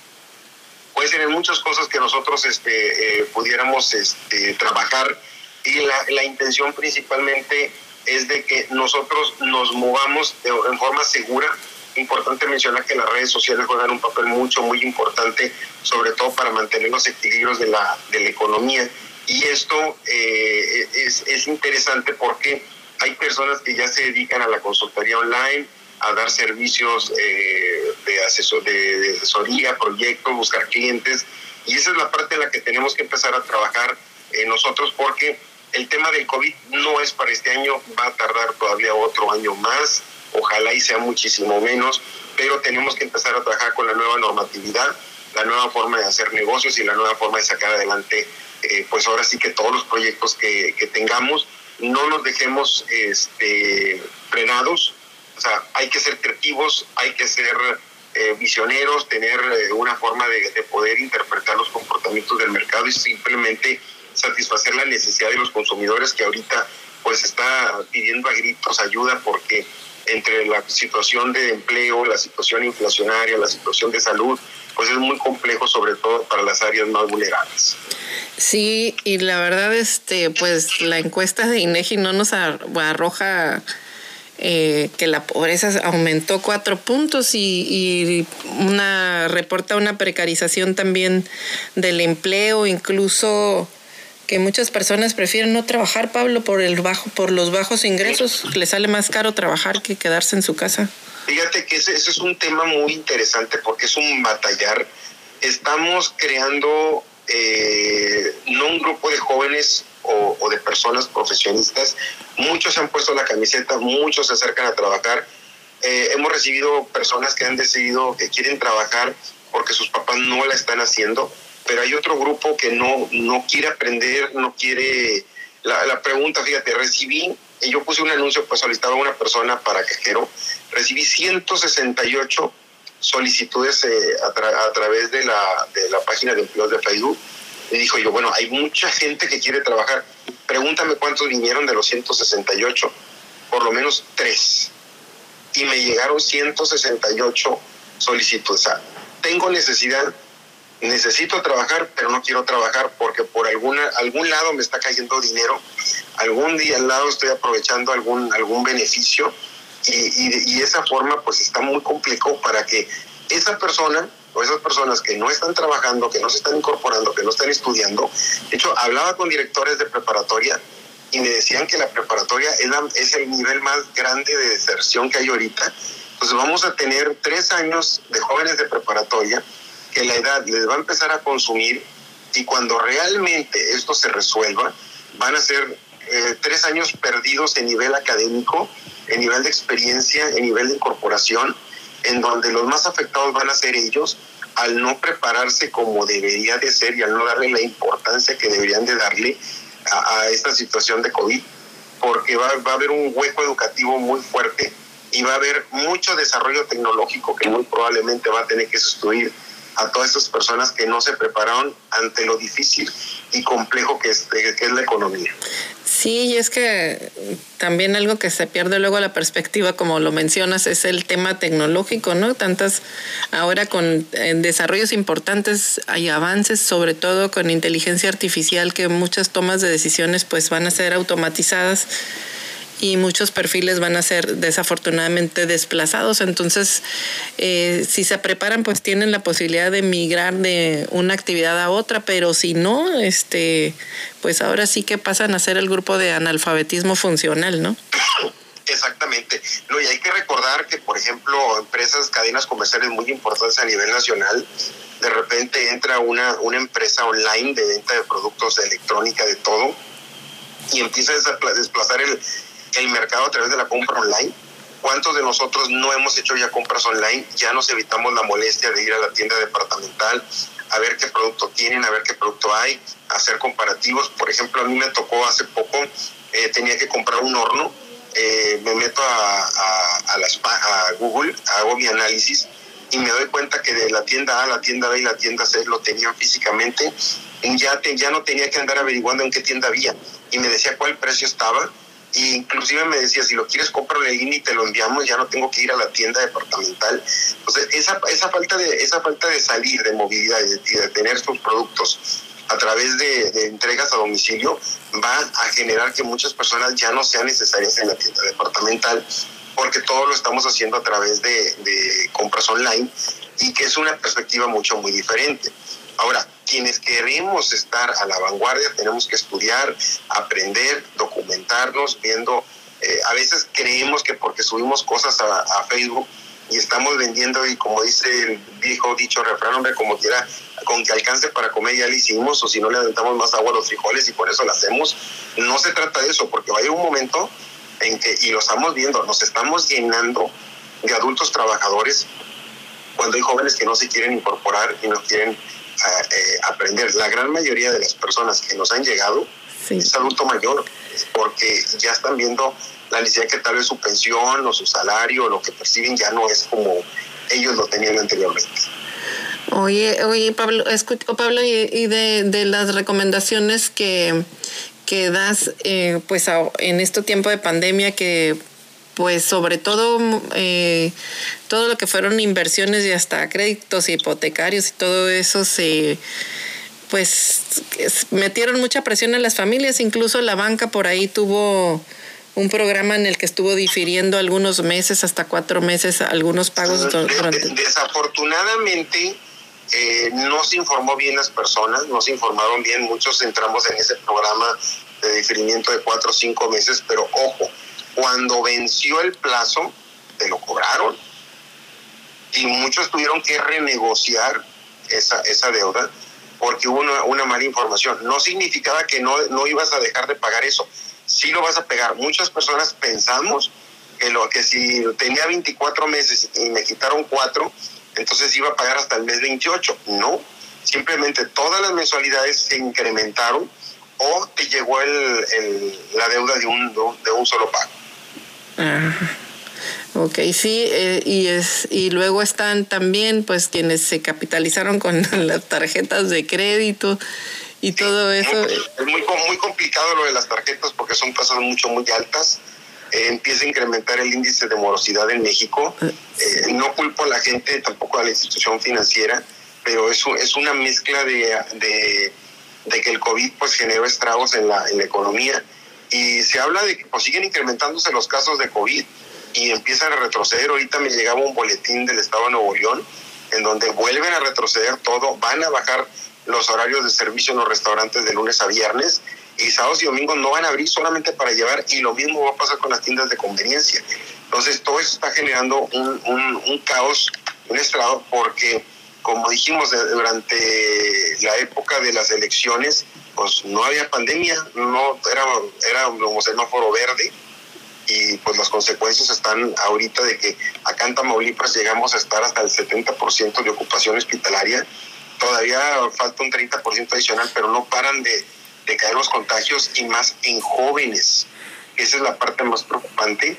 puede ser en muchas cosas que nosotros este, eh, pudiéramos este, trabajar. Y la, la intención principalmente es de que nosotros nos movamos de, en forma segura. Importante mencionar que las redes sociales juegan un papel mucho, muy importante, sobre todo para mantener los equilibrios de la, de la economía. Y esto eh, es, es interesante porque hay personas que ya se dedican a la consultoría online, a dar servicios eh, de, asesor, de, de asesoría, proyectos, buscar clientes. Y esa es la parte en la que tenemos que empezar a trabajar eh, nosotros, porque el tema del COVID no es para este año, va a tardar todavía otro año más, ojalá y sea muchísimo menos, pero tenemos que empezar a trabajar con la nueva normatividad, la nueva forma de hacer negocios y la nueva forma de sacar adelante, eh, pues ahora sí que todos los proyectos que, que tengamos. No nos dejemos este, frenados, o sea, hay que ser creativos, hay que ser eh, visioneros, tener eh, una forma de, de poder interpretar los comportamientos del mercado y simplemente satisfacer la necesidad de los consumidores, que ahorita pues está pidiendo a gritos ayuda, porque entre la situación de empleo, la situación inflacionaria, la situación de salud, pues es muy complejo, sobre todo para las áreas más vulnerables. Sí, y la verdad, este, pues la encuesta de INEGI no nos arroja eh, que la pobreza aumentó cuatro puntos y, y una reporta una precarización también del empleo, incluso que muchas personas prefieren no trabajar, Pablo, por el bajo, por los bajos ingresos. Les sale más caro trabajar que quedarse en su casa. Fíjate que ese, ese es un tema muy interesante, porque es un batallar. Estamos creando eh, no un grupo de jóvenes o, o de personas profesionistas. Muchos se han puesto la camiseta, muchos se acercan a trabajar. Eh, hemos recibido personas que han decidido que quieren trabajar porque sus papás no la están haciendo. pero hay otro grupo que no, no quiere aprender, no quiere... La, la pregunta, fíjate, recibí, y yo puse un anuncio, pues solicitaba a una persona para cajero, recibí ciento sesenta y ocho solicitudes eh, a, tra- a través de la, de la página de empleos de Facebook. Y dijo yo, bueno, hay mucha gente que quiere trabajar, pregúntame cuántos vinieron de los ciento sesenta y ocho, por lo menos tres. Y me llegaron ciento sesenta y ocho solicitudes. O sea, tengo necesidad, necesito trabajar, pero no quiero trabajar porque por alguna, algún lado me está cayendo dinero, algún día al lado estoy aprovechando algún, algún beneficio y, y, y de esa forma pues está muy complejo para que esa persona o esas personas que no están trabajando, que no se están incorporando, que no están estudiando. De hecho, hablaba con directores de preparatoria y me decían que la preparatoria es, la, es el nivel más grande de deserción que hay ahorita. Entonces vamos a tener tres años de jóvenes de preparatoria que la edad les va a empezar a consumir y cuando realmente esto se resuelva, van a ser eh, tres años perdidos en nivel académico, en nivel de experiencia, en nivel de incorporación, en donde los más afectados van a ser ellos al no prepararse como debería de ser y al no darle la importancia que deberían de darle a, a esta situación de COVID, porque va, va a haber un hueco educativo muy fuerte y va a haber mucho desarrollo tecnológico que muy probablemente va a tener que sustituir a todas estas personas que no se prepararon ante lo difícil y complejo que es, que es la economía. Sí, y es que también algo que se pierde luego la perspectiva, como lo mencionas, es el tema tecnológico, ¿no? Tantas, ahora con eh, desarrollos importantes hay avances, sobre todo con inteligencia artificial, que muchas tomas de decisiones pues van a ser automatizadas y muchos perfiles van a ser desafortunadamente desplazados. Entonces, eh, si se preparan, pues tienen la posibilidad de migrar de una actividad a otra, pero si no, este, pues ahora sí que pasan a ser el grupo de analfabetismo funcional, ¿no? Exactamente. No, y hay que recordar que, por ejemplo, empresas, cadenas comerciales muy importantes a nivel nacional, de repente entra una, una empresa online de venta de productos de electrónica, de todo, y empieza a desplazar el el mercado a través de la compra online. ¿Cuántos de nosotros no hemos hecho ya compras online? Ya nos evitamos la molestia de ir a la tienda departamental a ver qué producto tienen, a ver qué producto hay, hacer comparativos. Por ejemplo, a mí me tocó hace poco, eh, tenía que comprar un horno, eh, me meto a, a, a, las, a Google, hago mi análisis y me doy cuenta que de la tienda A, la tienda B y la tienda C lo tenían físicamente. Y ya, te, ya no tenía que andar averiguando en qué tienda había y me decía cuál precio estaba. Y inclusive me decía, si lo quieres, cómpralo en línea y te lo enviamos, ya no tengo que ir a la tienda departamental. Entonces, esa, esa, falta, de, esa falta de salir, de movilidad y de, de tener sus productos a través de, de entregas a domicilio va a generar que muchas personas ya no sean necesarias en la tienda departamental, porque todo lo estamos haciendo a través de, de compras online y que es una perspectiva mucho, muy diferente. Ahora, quienes queremos estar a la vanguardia tenemos que estudiar, aprender, documentarnos, viendo, eh, a veces creemos que porque subimos cosas a, a Facebook y estamos vendiendo y como dice el viejo dicho refrán, hombre, como quiera, con que alcance para comer ya lo hicimos, o si no le aventamos más agua a los frijoles y por eso lo hacemos. No se trata de eso, porque va a haber un momento en que, y lo estamos viendo, nos estamos llenando de adultos trabajadores cuando hay jóvenes que no se quieren incorporar y no quieren a, eh, aprender. La gran mayoría de las personas que nos han llegado sí. es adulto mayor, porque ya están viendo la necesidad que tal vez su pensión o su salario o lo que perciben ya no es como ellos lo tenían anteriormente. Oye, oye Pablo, escucho, Pablo, y, y de, de las recomendaciones que, que das eh, pues a, en este tiempo de pandemia, que pues sobre todo eh, todo lo que fueron inversiones y hasta créditos hipotecarios y todo eso se pues metieron mucha presión en las familias. Incluso la banca por ahí tuvo un programa en el que estuvo difiriendo algunos meses, hasta cuatro meses, algunos pagos. Durante... Desafortunadamente eh, no se informó bien las personas, no se informaron bien, muchos entramos en ese programa de diferimiento de cuatro o cinco meses, pero ojo, cuando venció el plazo, te lo cobraron. Y muchos tuvieron que renegociar esa, esa deuda porque hubo una, una mala información. No significaba que no, no ibas a dejar de pagar eso. Sí lo vas a pagar. Muchas personas pensamos que, lo, que si tenía veinticuatro meses y me quitaron cuatro, entonces iba a pagar hasta el mes veintiocho. No, simplemente todas las mensualidades se incrementaron o te llegó el, el, la deuda de un, de un solo pago. Ah, ok, sí, eh, y, es, y luego están también pues quienes se capitalizaron con las tarjetas de crédito y sí, todo eso. Es muy, muy complicado lo de las tarjetas porque son tasas mucho, muy altas. Eh, empieza a incrementar el índice de morosidad en México. Eh, no culpo a la gente, tampoco a la institución financiera, pero es, es una mezcla de, de, de que el COVID pues generó estragos en la, en la economía, y se habla de que pues, siguen incrementándose los casos de COVID y empiezan a retroceder. Ahorita me llegaba un boletín del Estado de Nuevo León en donde vuelven a retroceder todo, van a bajar los horarios de servicio en los restaurantes de lunes a viernes, y sábados y domingos no van a abrir solamente para llevar, y lo mismo va a pasar con las tiendas de conveniencia. Entonces todo eso está generando un, un, un caos, un estrago, porque como dijimos durante la época de las elecciones, pues no había pandemia, no era, era un semáforo verde, y pues las consecuencias están ahorita de que acá en Tamaulipas llegamos a estar hasta el setenta por ciento de ocupación hospitalaria. Todavía falta un treinta por ciento adicional, pero no paran de, de caer los contagios, y más en jóvenes. Esa es la parte más preocupante,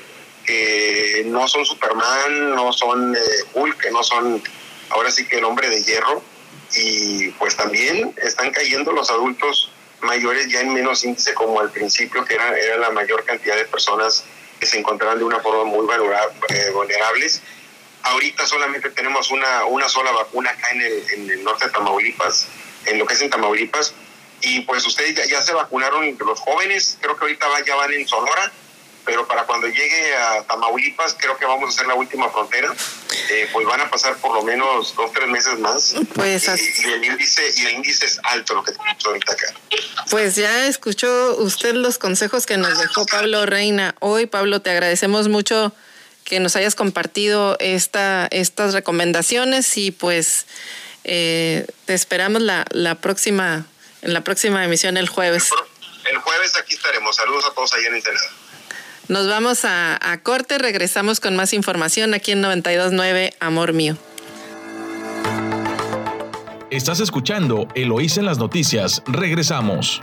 que no son Superman, no son eh, Hulk, no son ahora sí que el hombre de hierro, y pues también están cayendo los adultos mayores ya en menos índice como al principio, que era, era la mayor cantidad de personas que se encontraban de una forma muy vulnerables. Ahorita solamente tenemos una, una sola vacuna acá en el, en el norte de Tamaulipas, en lo que es en Tamaulipas, y pues ustedes ya, ya se vacunaron los jóvenes, creo que ahorita ya van en Sonora, pero para cuando llegue a Tamaulipas, creo que vamos a hacer la última frontera, eh, pues van a pasar por lo menos dos, tres meses más, pues, y, y, el índice, y el índice es alto lo que tenemos ahorita acá. Pues ya escuchó usted los consejos que nos dejó Pablo Reina hoy. Pablo, te agradecemos mucho que nos hayas compartido esta, estas recomendaciones, y pues eh, te esperamos la, la próxima, en la próxima emisión el jueves. El jueves aquí estaremos. Saludos a todos allá en Ensenada. Nos vamos a, a corte, regresamos con más información aquí en noventa y dos punto nueve, Amor Mío. Estás escuchando Eloísa en las noticias. Regresamos.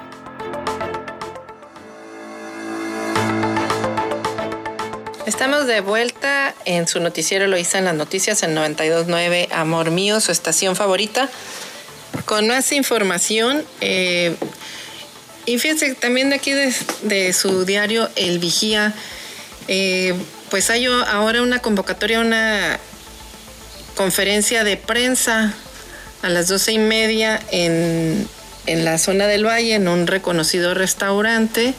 Estamos de vuelta en su noticiero Eloísa en las noticias en noventa y dos punto nueve, Amor Mío, su estación favorita, con más información. Eh, y fíjense, también de aquí de, de su diario El Vigía, eh, pues hay ahora una convocatoria, una conferencia de prensa a las doce y media en, en la zona del Valle, en un reconocido restaurante.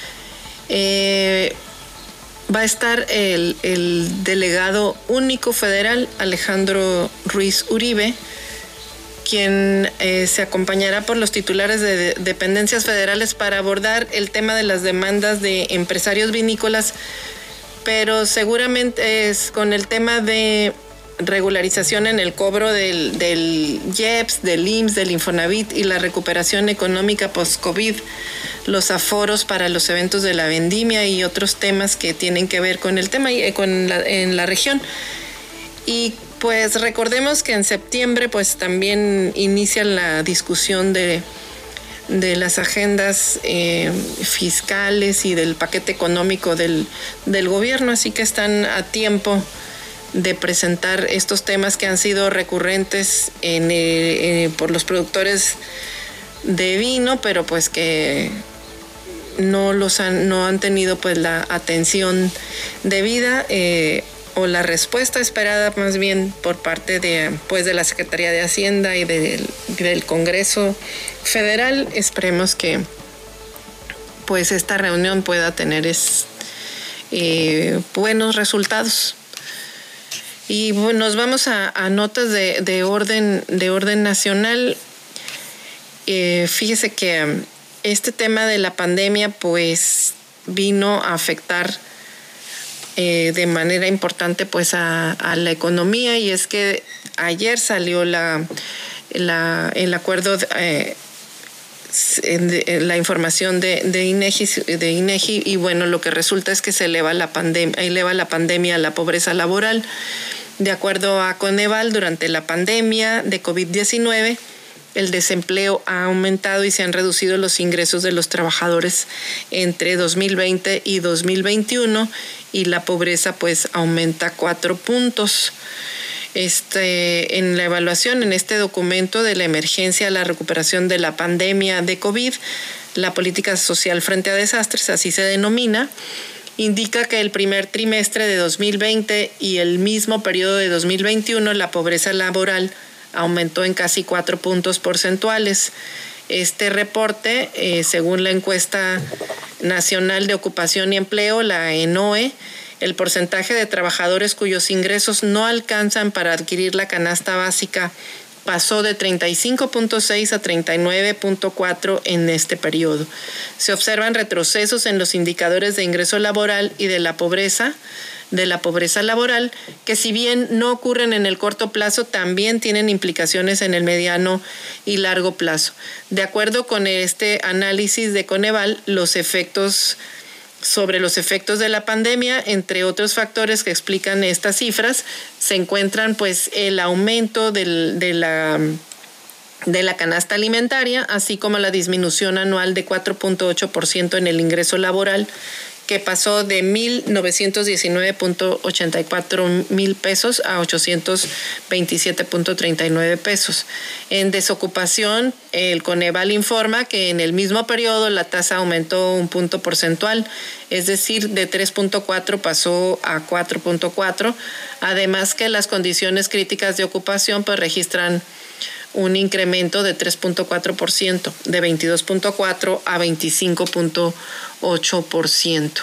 Eh, va a estar el, el delegado único federal, Alejandro Ruiz Uribe, quien eh, se acompañará por los titulares de, de dependencias federales para abordar el tema de las demandas de empresarios vinícolas, pero seguramente es con el tema de regularización en el cobro del, del I E P S, del I M S S, del Infonavit y la recuperación económica post-COVID, los aforos para los eventos de la vendimia y otros temas que tienen que ver con el tema y con la, en la región. Y pues recordemos que en septiembre pues también inicia la discusión de, de las agendas eh, fiscales y del paquete económico del, del gobierno, así que están a tiempo de presentar estos temas que han sido recurrentes en, eh, por los productores de vino, pero pues que no los han, no han tenido pues la atención debida eh, o la respuesta esperada más bien por parte de pues de la Secretaría de Hacienda y del, del Congreso Federal. Esperemos que pues esta reunión pueda tener es, eh, buenos resultados. Y bueno, nos vamos a, a notas de, de orden de orden nacional. Eh, fíjese que este tema de la pandemia pues vino a afectar eh, de manera importante pues a, a la economía, y es que ayer salió la, la el acuerdo eh, la información de, de INEGI de INEGI y bueno, lo que resulta es que se eleva la pandemia eleva la pandemia a la pobreza laboral. De acuerdo a Coneval, durante la pandemia de COVID diecinueve, el desempleo ha aumentado y se han reducido los ingresos de los trabajadores entre dos mil veinte y dos mil veintiuno, y la pobreza pues aumenta cuatro puntos. Este, en la evaluación, en este documento de la emergencia, la recuperación de la pandemia de COVID, la política social frente a desastres, así se denomina, indica que el primer trimestre de dos mil veinte y el mismo periodo de dos mil veintiuno, la pobreza laboral aumentó en casi cuatro puntos porcentuales. Este reporte, eh, según la encuesta nacional de ocupación y empleo, la ENOE, el porcentaje de trabajadores cuyos ingresos no alcanzan para adquirir la canasta básica pasó de treinta y cinco punto seis a treinta y nueve punto cuatro en este periodo. Se observan retrocesos en los indicadores de ingreso laboral y de la pobreza, de la pobreza laboral, que si bien no ocurren en el corto plazo, también tienen implicaciones en el mediano y largo plazo. De acuerdo con este análisis de Coneval, los efectos sobre los efectos de la pandemia, entre otros factores que explican estas cifras, se encuentran pues el aumento del, de la de la canasta alimentaria, así como la disminución anual de cuatro punto ocho por ciento en el ingreso laboral, que pasó de mil novecientos diecinueve punto ochenta y cuatro mil pesos a ochocientos veintisiete punto treinta y nueve pesos. En desocupación, el Coneval informa que en el mismo periodo la tasa aumentó un punto porcentual, es decir, de tres punto cuatro pasó a cuatro punto cuatro, además que las condiciones críticas de ocupación pues registran un incremento de tres punto cuatro por ciento, de veintidós punto cuatro a veinticinco punto ocho por ciento.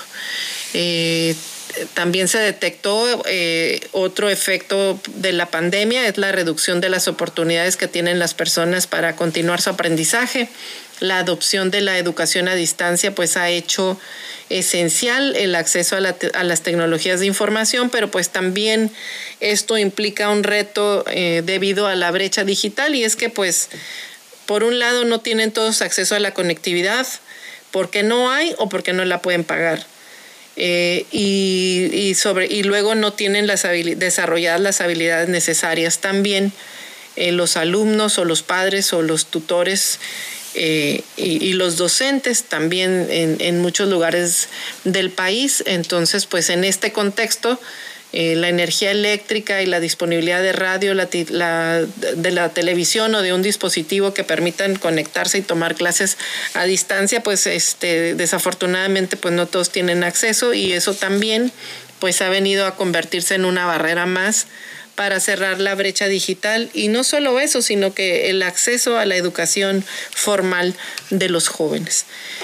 Eh, también se detectó eh, otro efecto de la pandemia, es la reducción de las oportunidades que tienen las personas para continuar su aprendizaje. La adopción de la educación a distancia pues ha hecho esencial el acceso a, la te- a las tecnologías de información, pero pues también esto implica un reto eh, debido a la brecha digital, y es que pues por un lado no tienen todos acceso a la conectividad porque no hay o porque no la pueden pagar. Eh, y, y, sobre, y luego no tienen las habili- desarrolladas las habilidades necesarias. También eh, los alumnos o los padres o los tutores eh, y, y los docentes también en, en muchos lugares del país. Entonces, pues en este contexto, eh, la energía eléctrica y la disponibilidad de radio, la, la, de la televisión o de un dispositivo que permitan conectarse y tomar clases a distancia, pues este, desafortunadamente pues no todos tienen acceso, y eso también pues ha venido a convertirse en una barrera más para cerrar la brecha digital, y no solo eso, sino que el acceso a la educación formal de los jóvenes.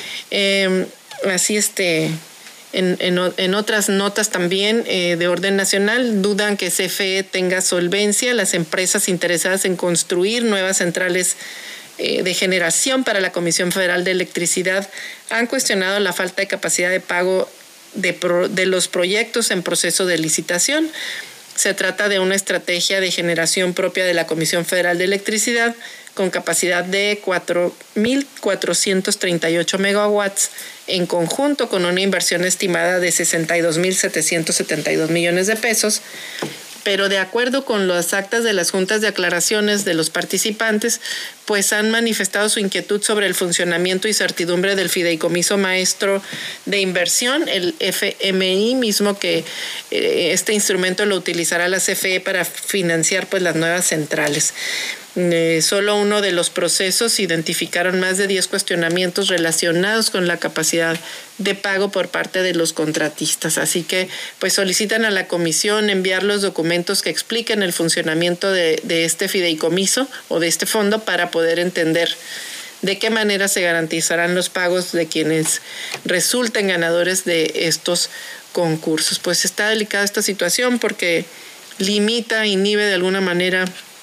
Eh, así este... En, en, en otras notas también eh, de orden nacional, dudan que C F E tenga solvencia. Las empresas interesadas en construir nuevas centrales eh, de generación para la Comisión Federal de Electricidad han cuestionado la falta de capacidad de pago de, pro, de los proyectos en proceso de licitación. Se trata de una estrategia de generación propia de la Comisión Federal de Electricidad con capacidad de cuatro mil cuatrocientos treinta y ocho megawatts, en conjunto con una inversión estimada de sesenta y dos mil setecientos setenta y dos millones de pesos. Pero de acuerdo con las actas de las juntas de aclaraciones de los participantes, pues han manifestado su inquietud sobre el funcionamiento y certidumbre del fideicomiso maestro de inversión, el F M I, mismo que eh, este instrumento lo utilizará la C F E para financiar pues las nuevas centrales. Eh, solo uno de los procesos identificaron más de diez cuestionamientos relacionados con la capacidad de pago por parte de los contratistas. Así que pues solicitan a la comisión enviar los documentos que expliquen el funcionamiento de, de este fideicomiso o de este fondo para poder entender de qué manera se garantizarán los pagos de quienes resulten ganadores de estos concursos. Pues está delicada esta situación porque limita, inhibe de alguna manera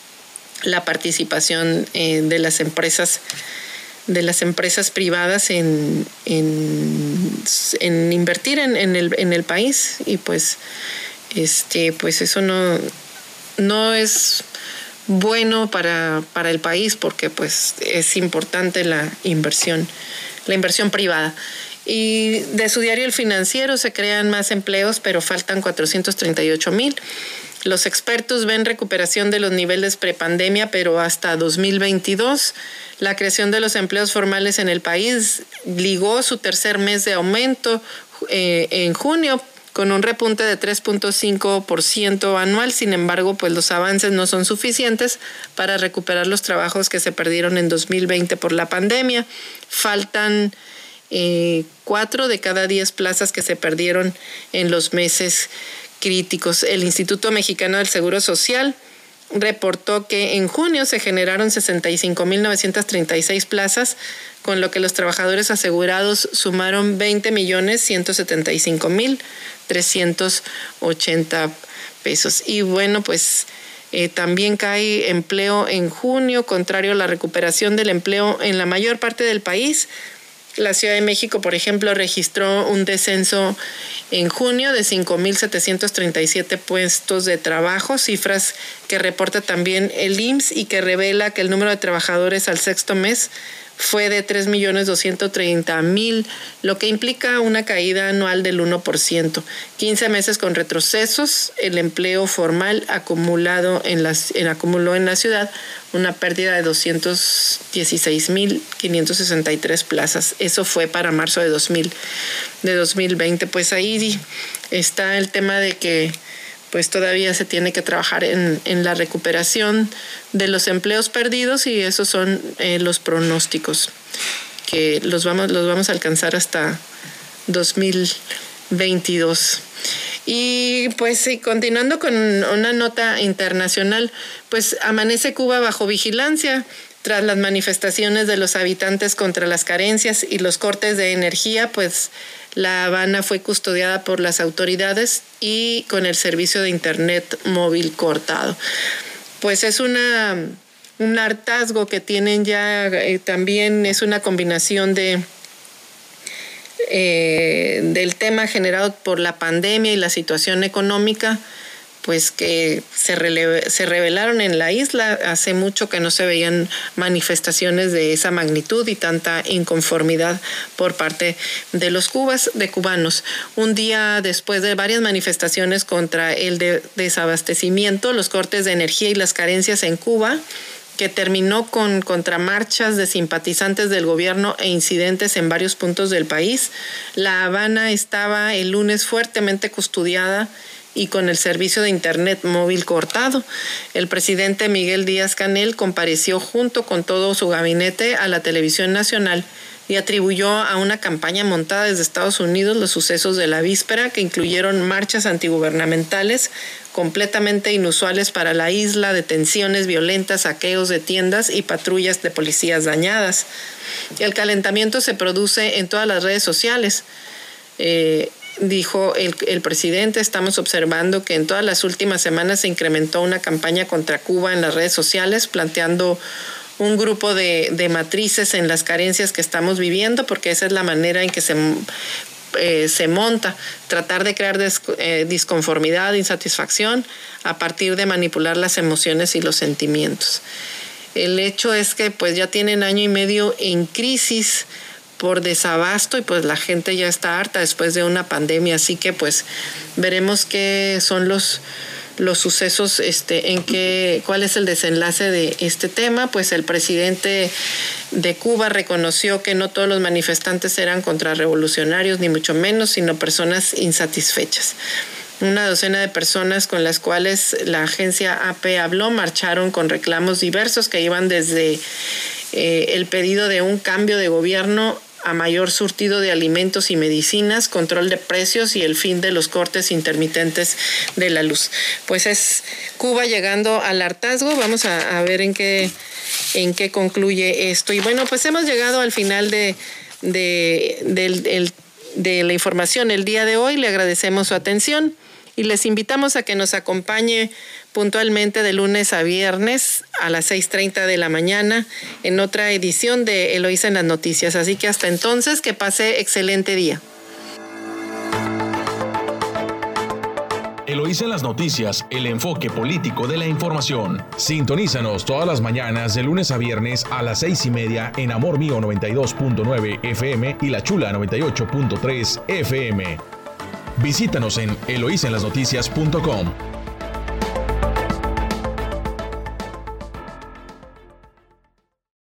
la participación eh, de las empresas de las empresas privadas en, en, en invertir en, en, el, en el país, y pues este pues eso no, no es bueno para, para el país, porque pues es importante la inversión, la inversión privada. Y de su diario El Financiero, se crean más empleos, pero faltan cuatrocientos treinta y ocho mil. Los expertos ven recuperación de los niveles prepandemia, pero hasta dos mil veintidós. La creación de los empleos formales en el país ligó su tercer mes de aumento eh, en junio, con un repunte de tres punto cinco por ciento anual. Sin embargo, pues los avances no son suficientes para recuperar los trabajos que se perdieron en dos mil veinte por la pandemia. Faltan eh, cuatro de cada diez plazas que se perdieron en los meses críticos. El Instituto Mexicano del Seguro Social reportó que en junio se generaron sesenta y cinco mil novecientas treinta y seis plazas, con lo que los trabajadores asegurados sumaron veinte millones ciento setenta y cinco mil trescientos ochenta pesos. Y bueno, pues eh, también cae empleo en junio, contrario a la recuperación del empleo en la mayor parte del país. La Ciudad de México, por ejemplo, registró un descenso en junio de cinco mil setecientos treinta y siete puestos de trabajo, cifras que reporta también el I M S S y que revela que el número de trabajadores al sexto mes fue de tres millones doscientos treinta mil, lo que implica una caída anual del uno por ciento. quince meses con retrocesos, el empleo formal acumulado en las, en, acumuló en la ciudad una pérdida de doscientos dieciséis mil quinientos sesenta y tres plazas. Eso fue para marzo de, dos mil, de dos mil veinte. Pues ahí está el tema de que pues todavía se tiene que trabajar en, en la recuperación de los empleos perdidos, y esos son eh, los pronósticos que los vamos, los vamos a alcanzar hasta dos mil veintidós. Y pues sí, continuando con una nota internacional, pues amanece Cuba bajo vigilancia tras las manifestaciones de los habitantes contra las carencias y los cortes de energía. Pues La Habana fue custodiada por las autoridades y con el servicio de internet móvil cortado. Pues es una, un hartazgo que tienen ya, eh, también es una combinación de eh, del tema generado por la pandemia y la situación económica, pues que se, rele- se revelaron en la isla. Hace mucho que no se veían manifestaciones de esa magnitud y tanta inconformidad por parte de los cubas, de cubanos. Un día después de varias manifestaciones contra el de- desabastecimiento, los cortes de energía y las carencias en Cuba, que terminó con contramarchas de simpatizantes del gobierno e incidentes en varios puntos del país, La Habana estaba el lunes fuertemente custodiada y con el servicio de internet móvil cortado. El presidente Miguel Díaz-Canel compareció junto con todo su gabinete a la televisión nacional y atribuyó a una campaña montada desde Estados Unidos los sucesos de la víspera, que incluyeron marchas antigubernamentales completamente inusuales para la isla, detenciones violentas, saqueos de tiendas y patrullas de policías dañadas. El calentamiento se produce en todas las redes sociales. Eh, Dijo el, el presidente, estamos observando que en todas las últimas semanas se incrementó una campaña contra Cuba en las redes sociales, planteando un grupo de, de matrices en las carencias que estamos viviendo, porque esa es la manera en que se, eh, se monta, tratar de crear des, eh, disconformidad, insatisfacción, a partir de manipular las emociones y los sentimientos. El hecho es que pues ya tienen año y medio en crisis por desabasto, y pues la gente ya está harta después de una pandemia, así que pues veremos qué son los, los sucesos, este, en qué, cuál es el desenlace de este tema. Pues el presidente de Cuba reconoció que no todos los manifestantes eran contrarrevolucionarios, ni mucho menos, sino personas insatisfechas. Una docena de personas con las cuales la agencia A P habló marcharon con reclamos diversos que iban desde eh, el pedido de un cambio de gobierno a mayor surtido de alimentos y medicinas, control de precios y el fin de los cortes intermitentes de la luz. Pues es Cuba llegando al hartazgo. Vamos a, a ver en qué, en qué concluye esto. Y bueno, pues hemos llegado al final de, de, de, de, de la información el día de hoy. Le agradecemos su atención y les invitamos a que nos acompañe puntualmente de lunes a viernes a las seis treinta de la mañana en otra edición de Eloísa en las Noticias. Así que hasta entonces, que pase excelente día. Eloísa en las noticias, el enfoque político de la información. Sintonízanos todas las mañanas de lunes a viernes a las seis y media en Amor Mío noventa y dos punto nueve F M y La Chula noventa y ocho punto tres F M. Visítanos en eloísa en las noticias punto com.